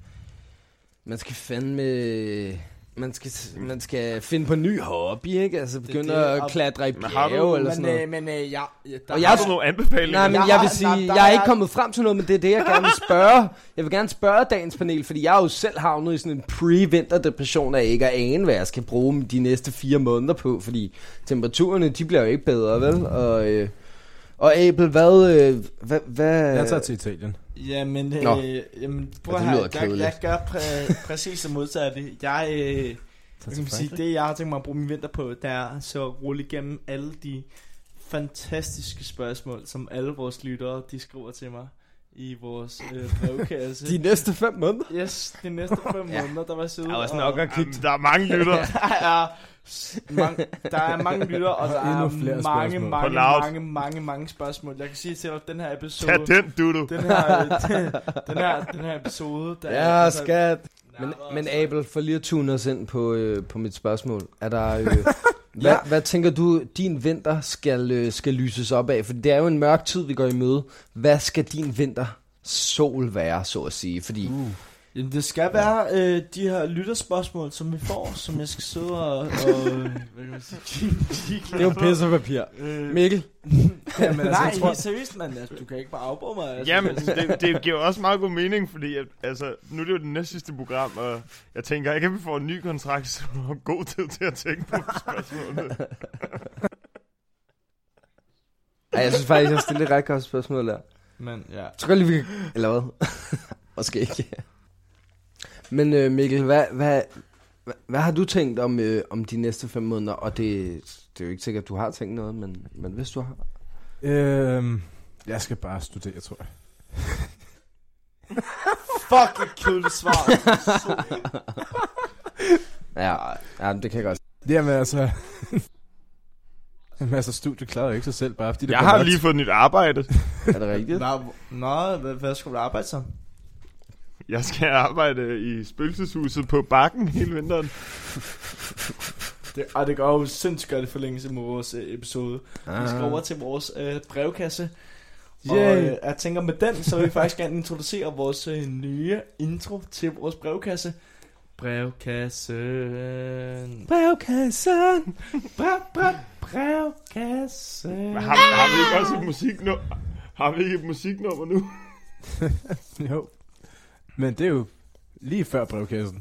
man skal fandme, man skal, man skal finde på en ny hobby, ikke? Altså begynde det, det, at klatre i bjerge, eller sådan noget. Men, men øh, ja, der og jeg har du nogle anbefalinger? Nej, men jeg, jeg vil sige, nej, jeg er ikke kommet frem til noget, men det er det, jeg gerne vil spørge. Jeg vil gerne spørge dagens panel, fordi jeg er jo selv havnet i sådan en pre-vinterdepression af ikke at ane, hvad jeg skal bruge de næste fire måneder på, fordi temperaturerne, de bliver jo ikke bedre, vel? Og, øh, og Abel, hvad, øh, hvad, hvad... Jeg tager til Italien. Jamen, øh, jamen prøv ja, her, jeg, jeg gør præ, præcis det modsatte. Jeg, øh, jeg kan sige, det jeg har tænkt mig at bruge min vinter på, det er så at rulle igennem alle de fantastiske spørgsmål, som alle vores lyttere, de skriver til mig i vores øh, brevkasse. De næste fem måneder? Yes, de næste fem ja. måneder, der var siddet. Der var sådan nok at kigge. Der er mange lyttere. der, er mange, der er mange lyttere, og der er mange, mange, mange, mange, mange, mange spørgsmål. Jeg kan sige til dig, den her episode... Tag den, Dudu. Den her, den, den her, den her episode... Der ja, er, altså, skat. Men, men Abel, for lige at tune os ind på, øh, på mit spørgsmål. Er der... Øh, Hvad, ja. hvad tænker du, din vinter skal, øh, skal lyses op af? For det er jo en mørk tid, vi går i møde. Hvad skal din vinter sol være, så at sige? Fordi... Uh. Jamen, det skal være øh, de her lytterspørgsmål, som vi får, som jeg skal sidde og... og hvad kan man sige? Det er jo pissepapir. Øh. Mikkel? Jamen, altså, nej, helt seriøst, man. Altså, du kan ikke bare afbruge mig. Altså. Jamen, det, det giver også meget god mening, fordi at, altså, nu er det jo det næste sidste program, og jeg tænker ikke, at vi får en ny kontrakt, så du har god tid til at tænke på spørgsmålene. Ej, jeg synes faktisk, jeg stiller et ret godt spørgsmål der. Men, ja. Jeg tror lige, vi kan... Eller hvad? Måske ikke. Men øh, Mikkel, hvad, hvad, hvad, hvad har du tænkt om, øh, om de næste fem måneder? Og det, det er jo ikke sikkert, at du har tænkt noget, men, men hvis du har... Øhm, jeg skal bare studere, tror jeg. Fuck, et kedeligt svar. ja, ja, det kan jeg godt. Jamen altså... Jamen altså, studiet klarer jo ikke sig selv, bare fordi det jeg har nok... lige fået nyt arbejde. Er det rigtigt? Nå, nå hvad, hvad skal du arbejde som? Jeg skal arbejde i spøgelseshuset på Bakken hele vinteren. Det, og det går jo sindssygt godt i forlængelse med vores øh, episode. Ah. Vi skal over til vores øh, brevkasse. Yay. Og øh, jeg tænker med den, så vil vi faktisk gerne introducere vores øh, nye intro til vores brevkasse. Brevkassen. Brevkassen. Brev, brev, brevkassen. Har, har vi ikke også et musiknummer? Har vi ikke et musiknummer nu? Jo. Men det er jo lige før brevkassen.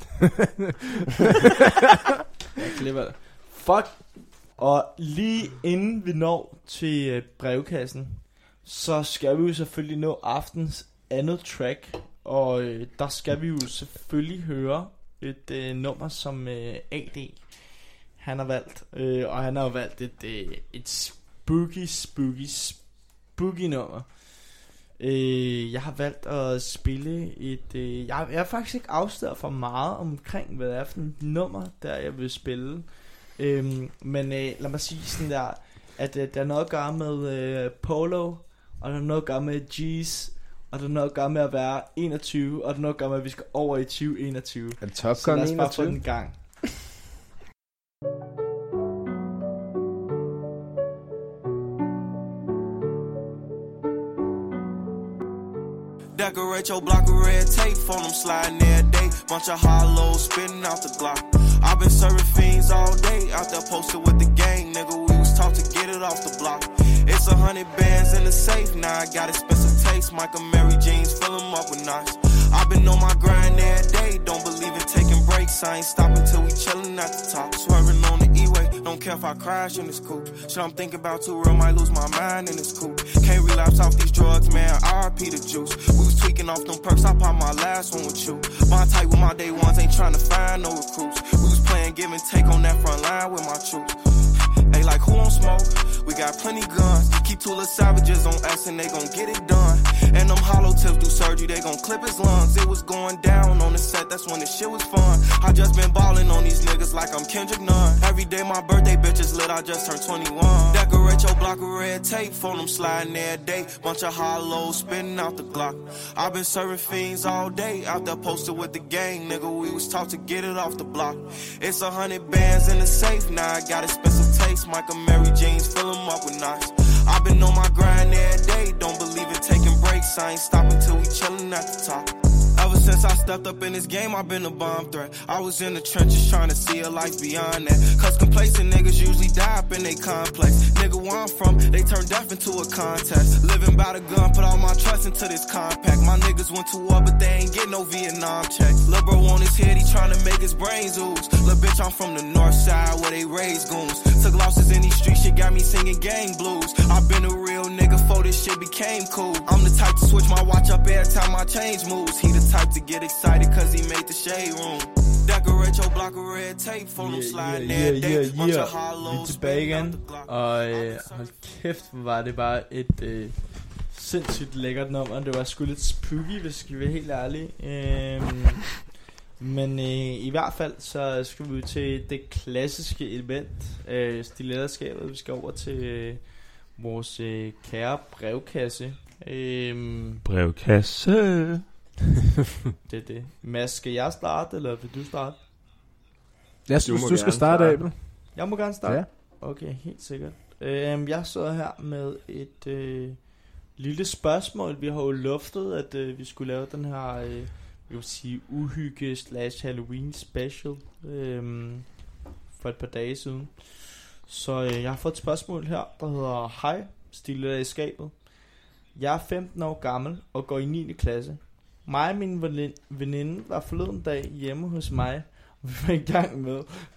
Jeg klipper det. Fuck. Og lige inden vi når til øh, brevkassen, så skal vi jo selvfølgelig nå aftens andet track. Og øh, der skal vi jo selvfølgelig høre et øh, nummer, som øh, A D han har valgt. Øh, og han har jo valgt et, øh, et spooky, spooky, spooky nummer. Øh, jeg har valgt at spille et... Øh, jeg, jeg har faktisk ikke afsløret for meget omkring, hvad det er for et nummer, der jeg vil spille. Øh, men øh, lad mig sige sådan der, at øh, der er noget at gøre med øh, Polo, og der er noget at gøre med G's, og der er noget at gøre med at være enogtyve, og der er noget at gøre med, at vi skal over i tyve enogtyve. Er det Top Gun enogtyve? Så lad os bare få enogtyve? den gang. Decorate your block with red tape, phone them sliding every day. Bunch of hollows spitting out the Glock. I've been serving fiends all day, out there posted with the gang, nigga. We was taught to get it off the block. It's a hundred bands in the safe, now I got expensive taste. Michael Mary jeans, fill them up with knots. I've been on my grind every day, don't believe in taking breaks. I ain't stopping till we chillin' at the top. Swerving on the E-way, don't care if I crash in this coupe. Shit I'm thinking about too real, might lose my mind in this coupe. Can't relapse off these drugs, man, R I P the juice. We was tweaking off them perks, I popped my last one with you. Bond tight with my day ones, ain't trying to find no recruits. We was playing give and take on that front line with my troops. Hey, like who don't smoke? We got plenty guns. Keep two little savages on us and they gon' get it done. And them hollow tips do surgery, they gon' clip his lungs. It was going down on the set, that's when the shit was fun. I just been ballin' on these niggas like I'm Kendrick Nunn. Every day my birthday bitches lit, I just turned twenty-one. Decorate your block with red tape, phone them sliding every day. Bunch of hollows spitting out the Glock. I've been serving fiends all day, out there posted with the gang, nigga. We was taught to get it off the block. It's a hundred bands in the safe, now I got expensive taste. Michael Mary jeans, fill them up with knots. I've been on my grind every day, don't believe in taking breaks. I ain't stopping till we chillin' at the top. Ever since I stepped up in this game, I've been a bomb threat. I was in the trenches trying to see a life beyond that. Cause complacent niggas usually die up in they complex. Nigga, where I'm from, they turn death into a contest. Living by the gun, put all my trust into this compact. My niggas went to war, but they ain't get no Vietnam checks. Lil' bro on his head, he trying to make his brains ooze. Lil' bitch, I'm from the north side where they raise goons. Took losses in these streets, shit got me singing gang blues. I've been a real nigga before this shit became cool. I'm the type to switch my watch up every time my change moves. He the type to get excited cause he made the shade room. Decorate your block with red tape, phone them sliding every day. Bunch of hollows spitting out the Glock. Og øh, hold kæft, hvor var det bare et øh, sindssygt lækkert nummer. Det var sgu lidt spooky, hvis jeg skal være helt ærlig. Øhm, men øh, i hvert fald så skal vi ud til det klassiske element, øh, stiletterskabet. Vi skal over til øh, vores øh, kære brevkasse. Øhm, Brevkasse. Det er det. Mads, skal jeg starte, eller vil du starte? Jeg synes, du, du skal starte, Abel. Jeg må gerne starte? Ja. Okay, helt sikkert. øhm, Jeg sidder her med et øh, lille spørgsmål. Vi har jo luftet, at øh, vi skulle lave den her øh, jeg vil sige, uhygge slash Halloween special øh, for et par dage siden. Så øh, jeg har fået et spørgsmål her, der hedder: hej, stiletter i skabet. Jeg er femten år gammel og går i niende klasse. Mig og min veninde var forleden dag hjemme hos mig, og vi var i gang med...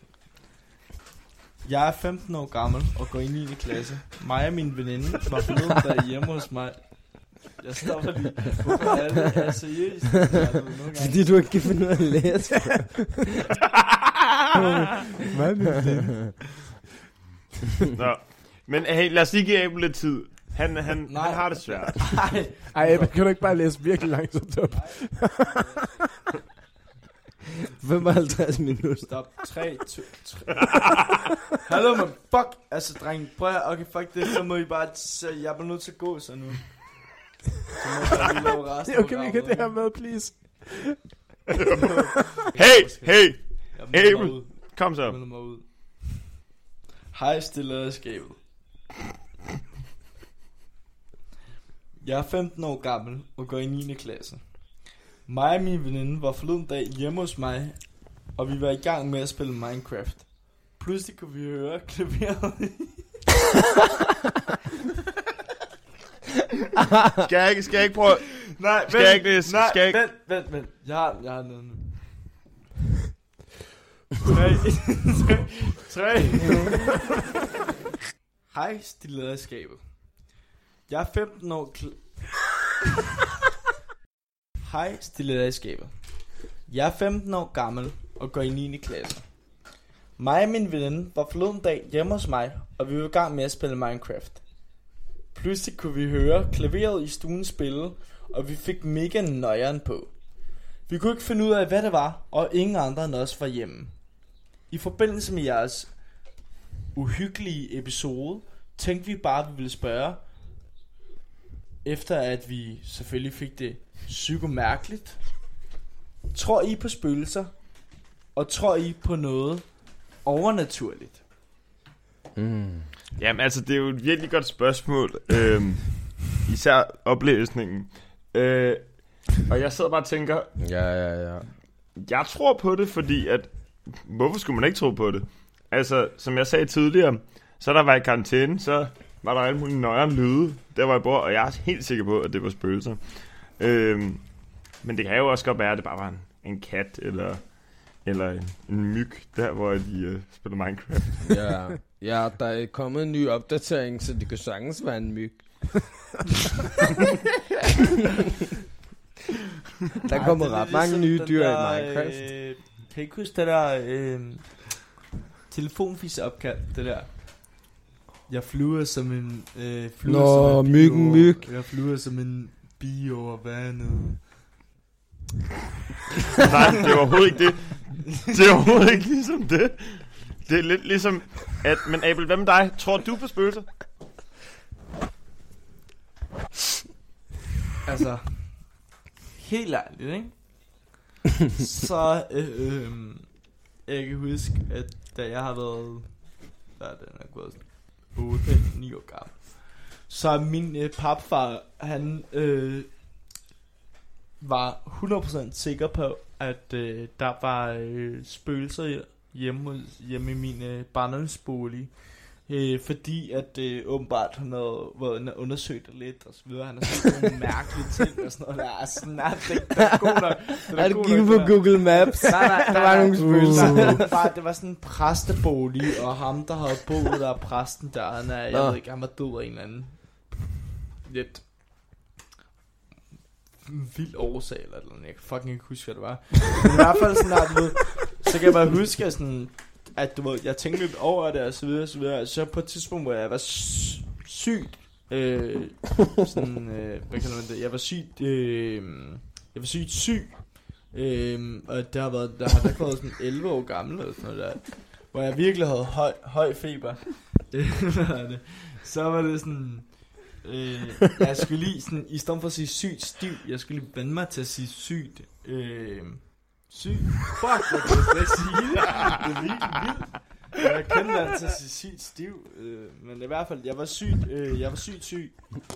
Jeg er femten år gammel og går i niende klasse. Mig og min veninde var forleden dag hjemme hos mig. Jeg stopper lige. Hvorfor er det? Er seriøst? Fordi du ikke kan finde ud af at læse. Nå. Men hey, lad os lige give Abel lidt tid. Han, han, han har det svært. Ej, Abel, kan du ikke bare læse virkelig langsomt op? femoghalvtreds minutter. Stop. tre, to, tre. Hallo, man. Fuck. Altså, dreng. Prøv at... Okay, fuck det. Så må I bare... Så jeg er nødt til at gå så nu. Så må jeg lige lave resten. Okay, vi kan det her med, please. Hey, hey. Abel. Kom så. Jeg melder mig ud. Hej, stiletterskabet. Jeg er femten år gammel og går i niende klasse. Mig og min veninde var forleden dag hjemme hos mig, og vi var i gang med at spille Minecraft. Pludselig kunne vi høre klaveret. Skal jeg ikke, skal jeg ikke prøve? Nej, skal jeg ikke det? Nej, skal jeg ikke? vent, vent, vent. Jeg har, jeg har noget nu. Tre. Tre. Hej, stiletterskabet. Jeg er femten år kl- Hej, stiletterskabet. Jeg er femten år gammel og går i niende klasse. Mig og min veninde var forleden dag hjemme hos mig, og vi var i gang med at spille Minecraft. Pludselig kunne vi høre klaveret i stuen spille, og vi fik mega nøjeren på. Vi kunne ikke finde ud af, hvad det var, og ingen andre end os var hjemme. I forbindelse med jeres uhyggelige episode, tænkte vi bare, at vi ville spørge, efter at vi selvfølgelig fik det psykomærkeligt. Tror I på spøgelser? Og tror I på noget overnaturligt? Mm. Jamen altså, det er jo et virkelig godt spørgsmål. øhm, Især oplæsningen. øh, Og jeg sidder bare og tænker, Ja, ja, ja. jeg tror på det, fordi at, hvorfor skulle man ikke tro på det? Altså, som jeg sagde tidligere, så der var i karantæne, så var der alle mulige nøjere lyde, der hvor jeg bor, og jeg er helt sikker på, at det var spøgelser. Øhm, men det kan jo også godt være, at det bare var en, en kat, eller, eller en, en myg, der hvor de øh, spiller Minecraft. Ja, ja, der er kommet en ny opdatering, så det kan sagtens være en myg. Der kommer ret mange nye dyr i Minecraft. Øh, kan I ikke huske det der øh, telefonfis-opkald, det der? Jeg flyver som en... Øh, flyver Nå, som en myggen, bi over- myg. Jeg flyver som en bi over vandet. Nej, det er overhovedet ikke det. Det er overhovedet ikke ligesom det. Det er lidt ligesom, at, men Abel, hvad med dig? Tror du på spøgelser? Altså, helt ærligt, ikke? Så, øh, øh, jeg kan huske, at da jeg har været, hvad er det, den er gået otte ni år gammel, så min øh, papfar, han øh, var hundrede procent sikker på, at øh, der var øh, spøgelser hjemme, hos, hjemme i min øh, barndomsbolig. Øh, fordi at øh, åbenbart han havde været inde og undersøgt det lidt og så videre. Han har set nogle mærkelige ting og sådan noget der. Altså, nej, det, det er god nok. Det Er god du kigget nok, på det der. Google Maps? Nej, nej, Der var nogle spøgelser. Nej, det, var, det var sådan en præstebolig, og ham der havde boet der, præsten der, han er, jeg Nå. ved ikke, han var død af en eller anden lidt vild årsag eller noget. Jeg kan fucking ikke huske, hvad det var. Men i hvert fald sådan der, du ved, så kan jeg bare huske, at sådan, at du ved, jeg tænkte lidt over det og så videre og så videre. Så på et tidspunkt, hvor jeg var sy- sygt, øh, sådan, øh, hvad kan man det? Jeg var sygt, øh, jeg var sygt syg, øh, og det har været, der har ikke været sådan elleve år gammel eller sådan noget der, hvor jeg virkelig havde høj, høj feber. Så var det sådan, øh, jeg skulle lige sådan, i stedet for at sige sygt stiv, jeg skulle lige vende mig til at sige sygt, øh, syg. Fuck, jeg kan slet ikke sige det. Det er virkelig vildt. Jeg kendte vant til at sige sygt stiv. Øh, men i hvert fald, jeg var sygt, øh, jeg var sygt syg.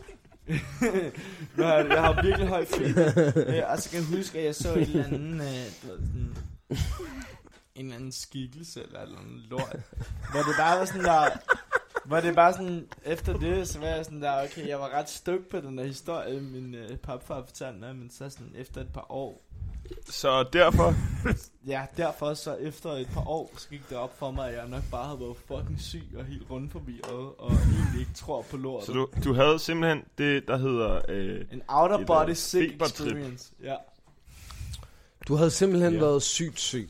jeg, jeg har virkelig høj feber. Øh, og så kan jeg huske, at jeg så en eller anden, øh, du ved, sådan, en eller anden skikkelse, eller eller andet lort. Hvor det bare var sådan der, hvor det bare sådan, efter det, så var jeg sådan der, okay, jeg var ret stødt på den der historie, min øh, papfar fortalte mig, men så sådan efter et par år, Så derfor, ja, derfor så efter et par år, så gik det op for mig, at jeg nok bare havde været fucking syg og helt rundforvirret, og egentlig ikke tror på lortet. så du, du havde simpelthen det, der hedder... Øh, En out of Et, body øh, sick febertrip. experience. Ja. Du havde simpelthen Ja. været sygt syg.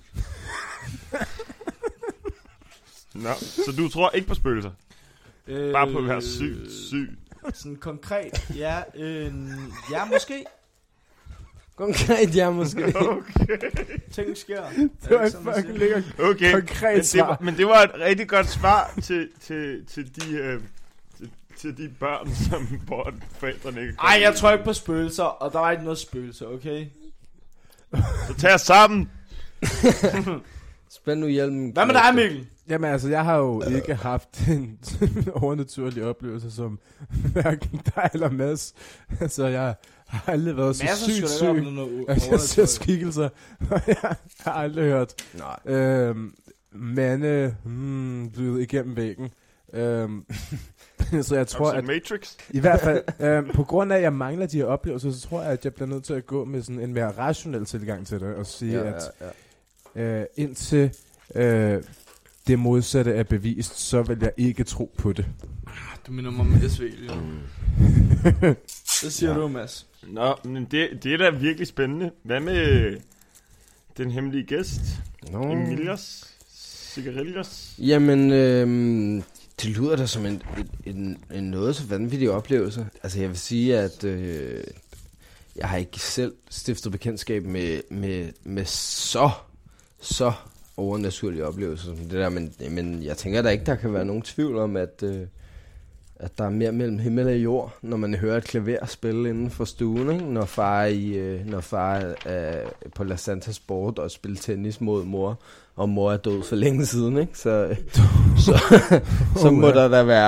Nå, så du tror ikke på spøgelser? Øh, Bare på at være syg, syg. Sådan konkret, ja, øh, ja måske. Konkret, ja, måske. Okay. Ting sker. Det var et fucking lækkert Okay, konkret men det, svar. var, men det var et rigtig godt svar til, til, til, de, øh, til, til de børn, som hvor forældrene ikke... Ej, jeg tror ikke på spøgelser, og der var ikke noget spøgelser, okay? Så tag os sammen! Spænd nu hjelmen. Hvad med dig, Mikkel? Jamen altså, jeg har jo ikke haft en overnaturlig oplevelse som hverken dig eller Mads. Altså, jeg har aldrig været så Masser sygt skulle syg. da ikke noget Altså, jeg ser overnaturligt. skikkelser, og jeg har aldrig hørt Nej. øhm, mande hmm, blive igennem væggen. Øhm, så jeg tror, Tror, at Matrix? i hvert fald, øhm, på grund af, at jeg mangler de her oplevelser, så tror jeg, at jeg bliver nødt til at gå med sådan en mere rationel tilgang til det, og sige, Ja, at ja, ja. øh, indtil øh, det modsatte er bevist, så vil jeg ikke tro på det. Du minder mig om S V, jo. Det siger Ja. du, Mads. Nå, men det, det er da virkelig spændende. Hvad med den hemmelige gæst? Nå. Emilios? Cigarillos? Jamen, øhm, det lyder da som en, en, en, en noget så vanvittig oplevelse. Altså, jeg vil sige, at øh, jeg har ikke selv stiftet bekendtskab med, med, med så, så overnaturlige oplevelser som det der. Men, men jeg tænker da ikke, der kan være nogen tvivl om, at, øh, at der er mere mellem himmel og jord, når man hører et klaver spille inden for stuen, ikke? Når far, er i, øh, når far er, er på La Santa Sport og spiller tennis mod mor, og mor er død for længe siden, ikke? Så, så, så må der da være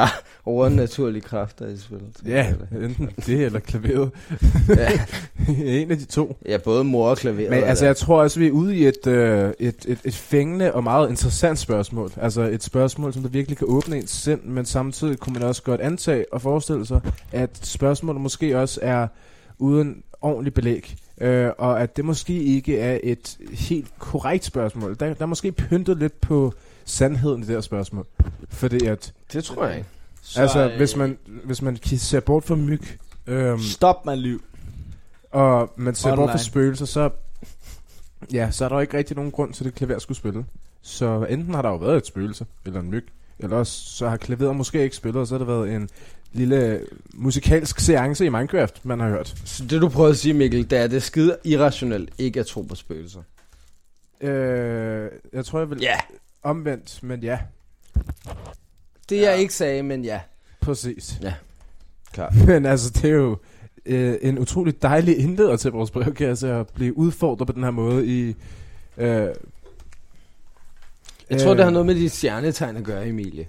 overnaturlige kræfter i spillet. Ja, enten det eller klaveret. Ja. En af de to. Ja, både mor og klaveret. Men altså, jeg tror også, vi er ude i et, øh, et, et, et fængende og meget interessant spørgsmål. Altså et spørgsmål, som der virkelig kan åbne ens sind, men samtidig kunne man også godt antage og forestille sig, at spørgsmålet måske også er uden ordentlig belæg. Øh, og at det måske ikke er et helt korrekt spørgsmål. Der, der er måske pyntet lidt på sandheden i det her spørgsmål. Fordi at... Det tror jeg ikke. Så, altså, øh, hvis man, hvis man ser bort fra myg... Øhm, Stop mig liv. og man ser Online. bort fra spøgelser, så... Ja, så er der jo ikke rigtig nogen grund til, at det klaver skulle spille. Så enten har der jo været et spøgelse, eller en myg, eller også så har klaveret måske ikke spillet, og så har der været en lille musikalsk seance i Minecraft, man har hørt. Så det du prøver at sige, Mikkel, det er, det er skide irrationelt ikke at tro på spøgelser. Øh, jeg tror, jeg vil Ja. omvendt, men ja, Det jeg ikke sagde, men ja. præcis. Ja, klar. Men altså, det er jo øh, en utrolig dejlig indleder til vores brevkasse at blive udfordret på den her måde i... Øh, Jeg tror, det har noget med de stjernetegn at gøre, Emilie.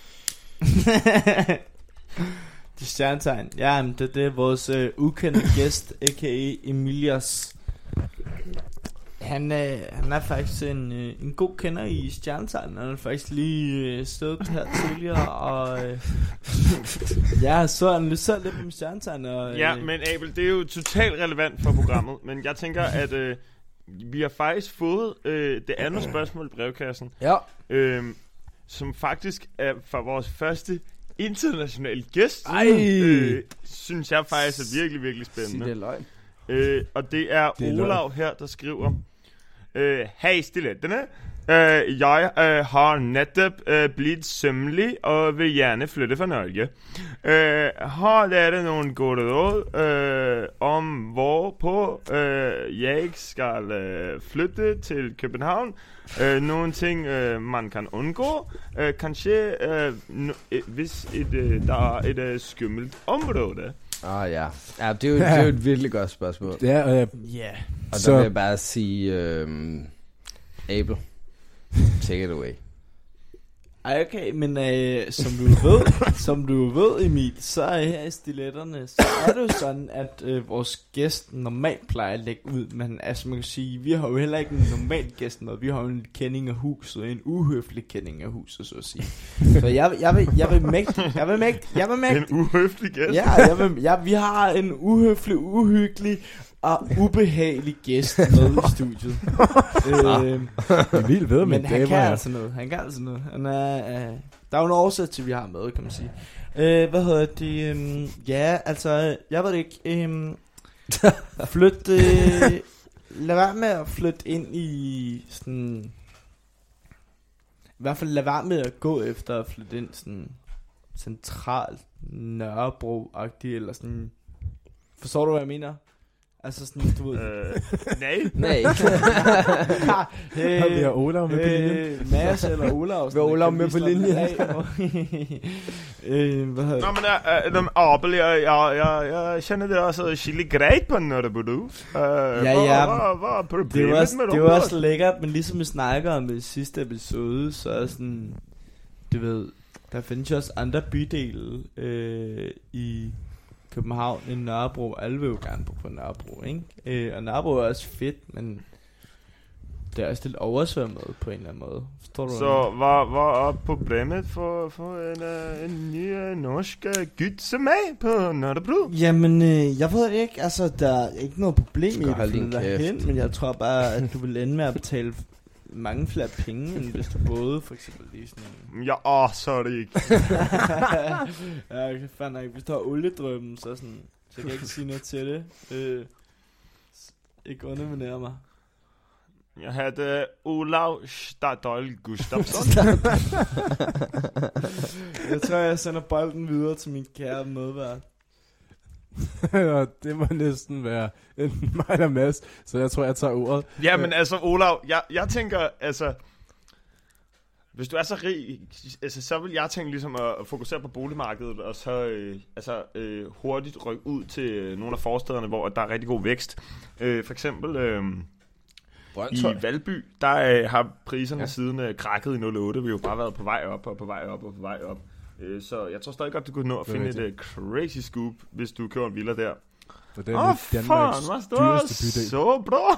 De stjernetegn. Ja, men det, det er vores øh, ukendte gæst, a k a. Emilias. Han, øh, han er faktisk en, øh, en god kender i stjernetegn. Han har faktisk lige øh, stået her tidligere, og øh, ja, så han lidt selv lidt med stjernetegn. Og, øh, Ja, men Abel, det er jo totalt relevant for programmet, men jeg tænker, at øh, vi har faktisk fået øh, det andet spørgsmål i brevkassen, Ja. øh, som faktisk er fra vores første internationale gæst. Ej. Øh, synes jeg faktisk er virkelig, virkelig Sig det er spændende. løgn. Øh, og det er, Det er Olav her, der skriver: øh, Hej stiletterne, øh, jeg øh, har netop øh, blivet sømmelig og vil gerne flytte fra Norge. Øh, har dere nogle gode råd øh, om hvor på øh, jeg skal øh, flytte til København? Øh, nogle ting øh, man kan undgå. Øh, kanskje øh, no, øh, hvis et, øh, der er et øh, skummelt område. Ah ja. Ja, det er jo, det er jo et virkelig godt spørgsmål. ja, og jeg, Ja. Og Så- der vil jeg bare sige, øhm, Abel, take it away. Ej, okay, men øh, som du ved, som du ved, Emil, så er her i stiletterne, så er det jo sådan, at øh, vores gæst normalt plejer at lægge ud, men altså man kan sige, vi har jo heller ikke en normal gæst med, vi har jo en kending af huset, en uhøflig kending af huset, så at sige. Så jeg, jeg vil, jeg vil mægte, jeg vil mægte, jeg vil mægte. En uhøflig gæst. Ja, jeg vil, ja, vi har en uhøflig, uhyggelig og ubehagelig gæst med i studiet. øh, Emil ved, men men han det kan var... altså noget. Han kan altså noget. Han er, øh, der er jo en årsag til, at vi har med, kan man sige. Øh, hvad hedder det? Øh, ja, altså, jeg ved det ikke. Øh, flyt, øh, lad være med at flytte ind i sådan... I hvert fald lad være med at gå efter at flytte ind sådan centralt Nørrebro-agtigt, eller sådan... Forstår du, hvad jeg mener? Altså sådan, du ved... Øh, nej. Nej. hey, Og vi har Olav med på linjen. hey, Mads eller Olav. Vi har Olav med på linjen. øh, hvad hedder Nå, men uh, uh, Abel, jeg, jeg, jeg, jeg känner det også chili grejt på Nørrebro. Uh, ja, ja. Hvad, hvad er problemet det var også, med det var også lækkert, men ligesom vi snakker om i sidste episode, så er sådan, du ved, der findes jo også andre bydele øh, i København end Nørrebro. Alle vil jo gerne bo på Nørrebro, ikke? Øh, og Nørrebro er også fedt, men det er også lidt oversvømmet på en eller anden måde. Forstår du? Så hvad, hvad er problemet for, for en, uh, en ny uh, norsk uh, gut som mig på Nørrebro? Jamen, øh, jeg ved det ikke. Altså, der er ikke noget problem i skal det, holde din flytte kæft. derhen, men jeg tror bare, at du vil ende med at betale mange flere penge, end hvis du boede for eksempel lige sådan en... Ja, åh, så er det ikke. Ja, okay, fandme ikke. Hvis du har oliedrømmen, så sådan... Så kan jeg ikke sige noget til det. Øh, ikke underminere mig. Jeg havde Olav Stadol Gustafsson. Jeg tror, jeg sender bolden videre til min kære medvært. Og det må næsten være enten mig eller Mads, så jeg tror, jeg tager ordet. Ja, men altså, Olav, jeg, jeg tænker, altså... Hvis du er så rig, altså, så vil jeg tænke ligesom at, at fokusere på boligmarkedet, og så øh, altså, øh, hurtigt rykke ud til øh, nogle af forstederne, hvor der er rigtig god vækst. Øh, for eksempel øh, i Valby, der øh, har priserne ja. siden øh, krakket i nul otte. Vi har jo bare været på vej op og på vej op og på vej op. Øh, så jeg tror stadig godt, du kunne nå at finde et uh, crazy scoop, hvis du køber en villa der. Åh, oh, fan, hvad står så bra?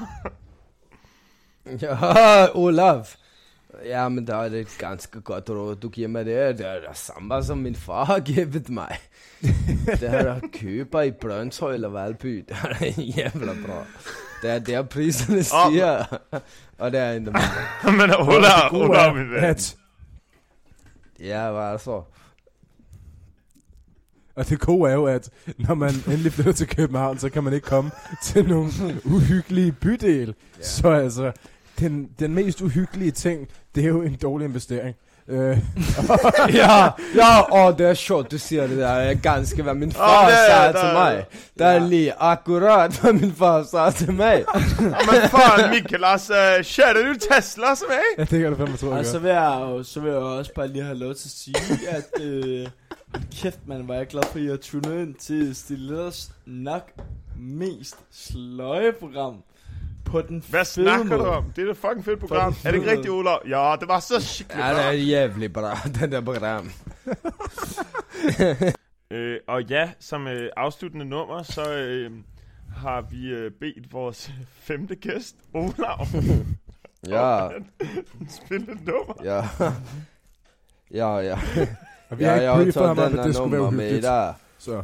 Ja, Olaf. Ja, men der er det ganske godt råd, du giver mig det. Det er det samme, som min far har givet mig. Det er der køber i Brøndshøj eller Valby. Det er jævla bra. Det er der priserne stiger. Oh. Og det er endda mindre. Men Olaf, Olaf, min ven. Ja, hvad er det så? Og det gode er jo, at når man endelig flytter til København, så kan man ikke komme til nogle uhyggelige bydele. Yeah. Så altså, den, den mest uhyggelige ting, det er jo en dårlig investering. Uh, ja, ja, og det er sjovt, du siger det der. Ganske hvad min far oh, sagde til mig. Det er ja. Lige akkurat, hvad min far sagde til mig. Men fan, Mikkel, altså, kære du Tesla som mig? Ja, det gør det fandme, tror jeg. Og så vil jeg, jo, så vil jeg også bare lige have lov til at sige, at øh, kæft, man, var jeg glad for, at jeg tunede ind til Stiletters nok mest sløje program. På den Hvad snakker måde. Du om? Det er et fucking fedt program. Er det ikke rigtigt, Olav? Ja, det var så skikkelig bra. Ja, det er jævligt bra, den der program. øh, og ja, som øh, afsluttende nummer, så øh, har vi øh, bedt vores femte gæst, Olav. Ja. Spille et nummer. Ja. Ja, ja. Og vi har ja, ikke briefet ham om, at det skulle være uhyggeligt. Så.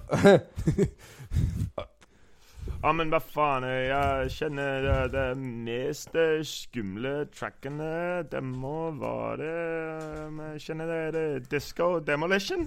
Ja, oh, men hvad fanden, jeg känner det, det mest skumle trackene, det må være det, jeg känner det, det Disco Demolition.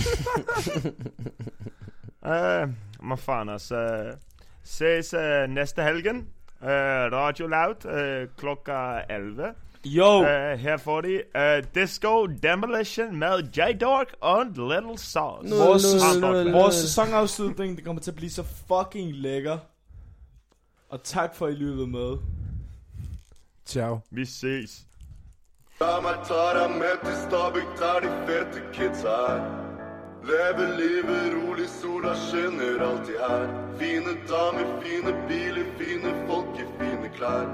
uh, hvad fanden, altså, ses uh, næste helgen, uh, Radio Loud, uh, klokka elleve. Jo! Uh, her får de uh, Disco Demolition med J-Dork og Little Sauce. No, vores, no, no, no, no. Vores sæsonafslutning, det kommer til at blive så fucking lækker. Og tak for, at I lyttede med. Ciao. Vi ses. Lad mig tage dig med til Stabæk, der de fette kids er. Leve livet roligt, sola skinner altid her. Fine damer, fine biler, fine folk i fine klær.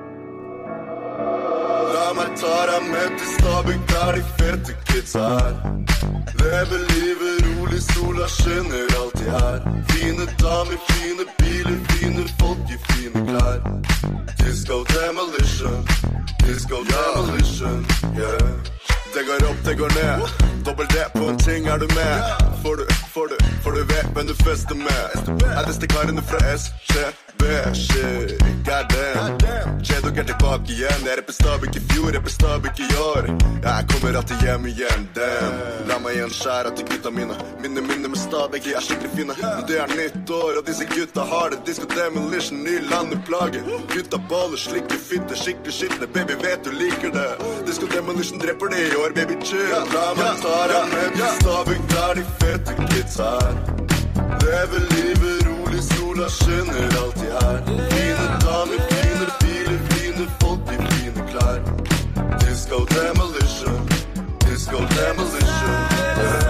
Lad mig tage dig med til Stabæk, der de fette kids er. Leve livet roligt, sola skinner altid her. Fine damer, fine biler, fine folk i fine klær. Disco Demolition, Disco Demolition, yeah. Det går op, det går ned. Dobbelt D på en ting, er du med? Får du, får du, får du vet hvem du fester med? Er det stikkarene fra S T B? Shit, goddamn. J-Dog er tilbake igjen. Jeg er på Stabæk i fjor, jeg er på Stabæk i år. Jeg kommer alltid hjem igjen, damn. La meg igjen skjære til gutta mine. Minne, minne med Stabæk, jeg er skikkelig fine. Nå det er nytt år, og disse gutta har det. Disco Demolition, ny landeplage. Gutta baller, slikker fitte, skikkelig skitne. Baby, vet du liker det. Disco Demolition dreper det i år, baby, chill. La meg ta deg med til Stabæk, der de fette kids er. Leve livet rolig, sola skinner alltid her. Fine damer, fine biler, fine folk i fine klær. Disco Demolition, Disco Demolition, yeah.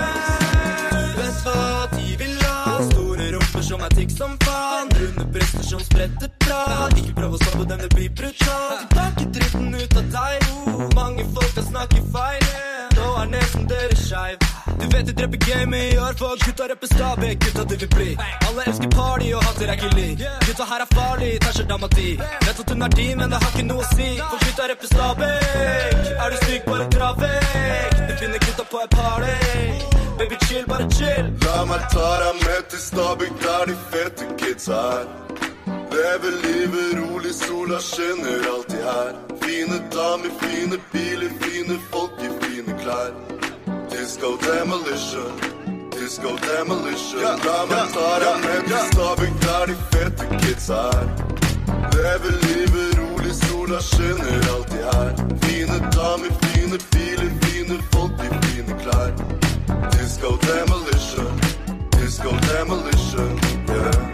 Du vet hva de vil ha. Store rumper som er tikk som faen. Runde bryster som spretter bra. Ikke prøv å stå på dem, det blir brutalt. Tilbake dritten ut av deg. Mange folk har snakket feil. Nå er nesen deres skeiv. Du vet de dreper game i år, for gutta rapper Stabæk, gutta de vil bli. Alle elsker party og hater er ikke li. Gutta her er farlig, tar seg dama di. Vet at hun er di, men det har ikke noe å si. For gutta rapper Stabæk. Er du syk, bare dra vekk. Du finner gutta på et party. Baby chill, bare chill. La meg ta deg med til Stabæk, der de fette kids er. Leve livet rolig, sola skinner alltid her. Fine damer, fine biler, fine folk i fine klær. Disco Demolition, Disco Demolition. La meg ta deg med til Stabæk, der de fette kids er. Leve livet rolig, sola skinner alltid her. Fine damer, fine biler, fine folk i fine klær. Disco Demolition, Disco Demolition, yeah.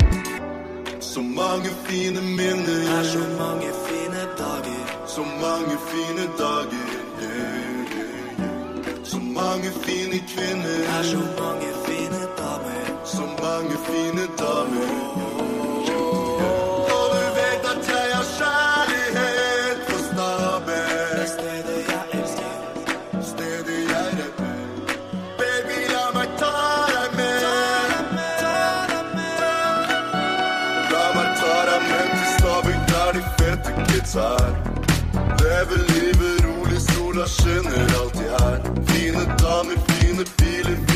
Så mange fine minner. Er så mange fine dager. Så mange fine dager, yeah, yeah, yeah. Så mange fine kvinner. Er så mange fine damer. Så mange fine damer, og du vet at jeg har kjærlighet på Stabæk. Det stedet jeg elsker. Stedet jeg rapper. kids her. Lever livet rolig, sola skinner alltid her. Fine damer, fine biler,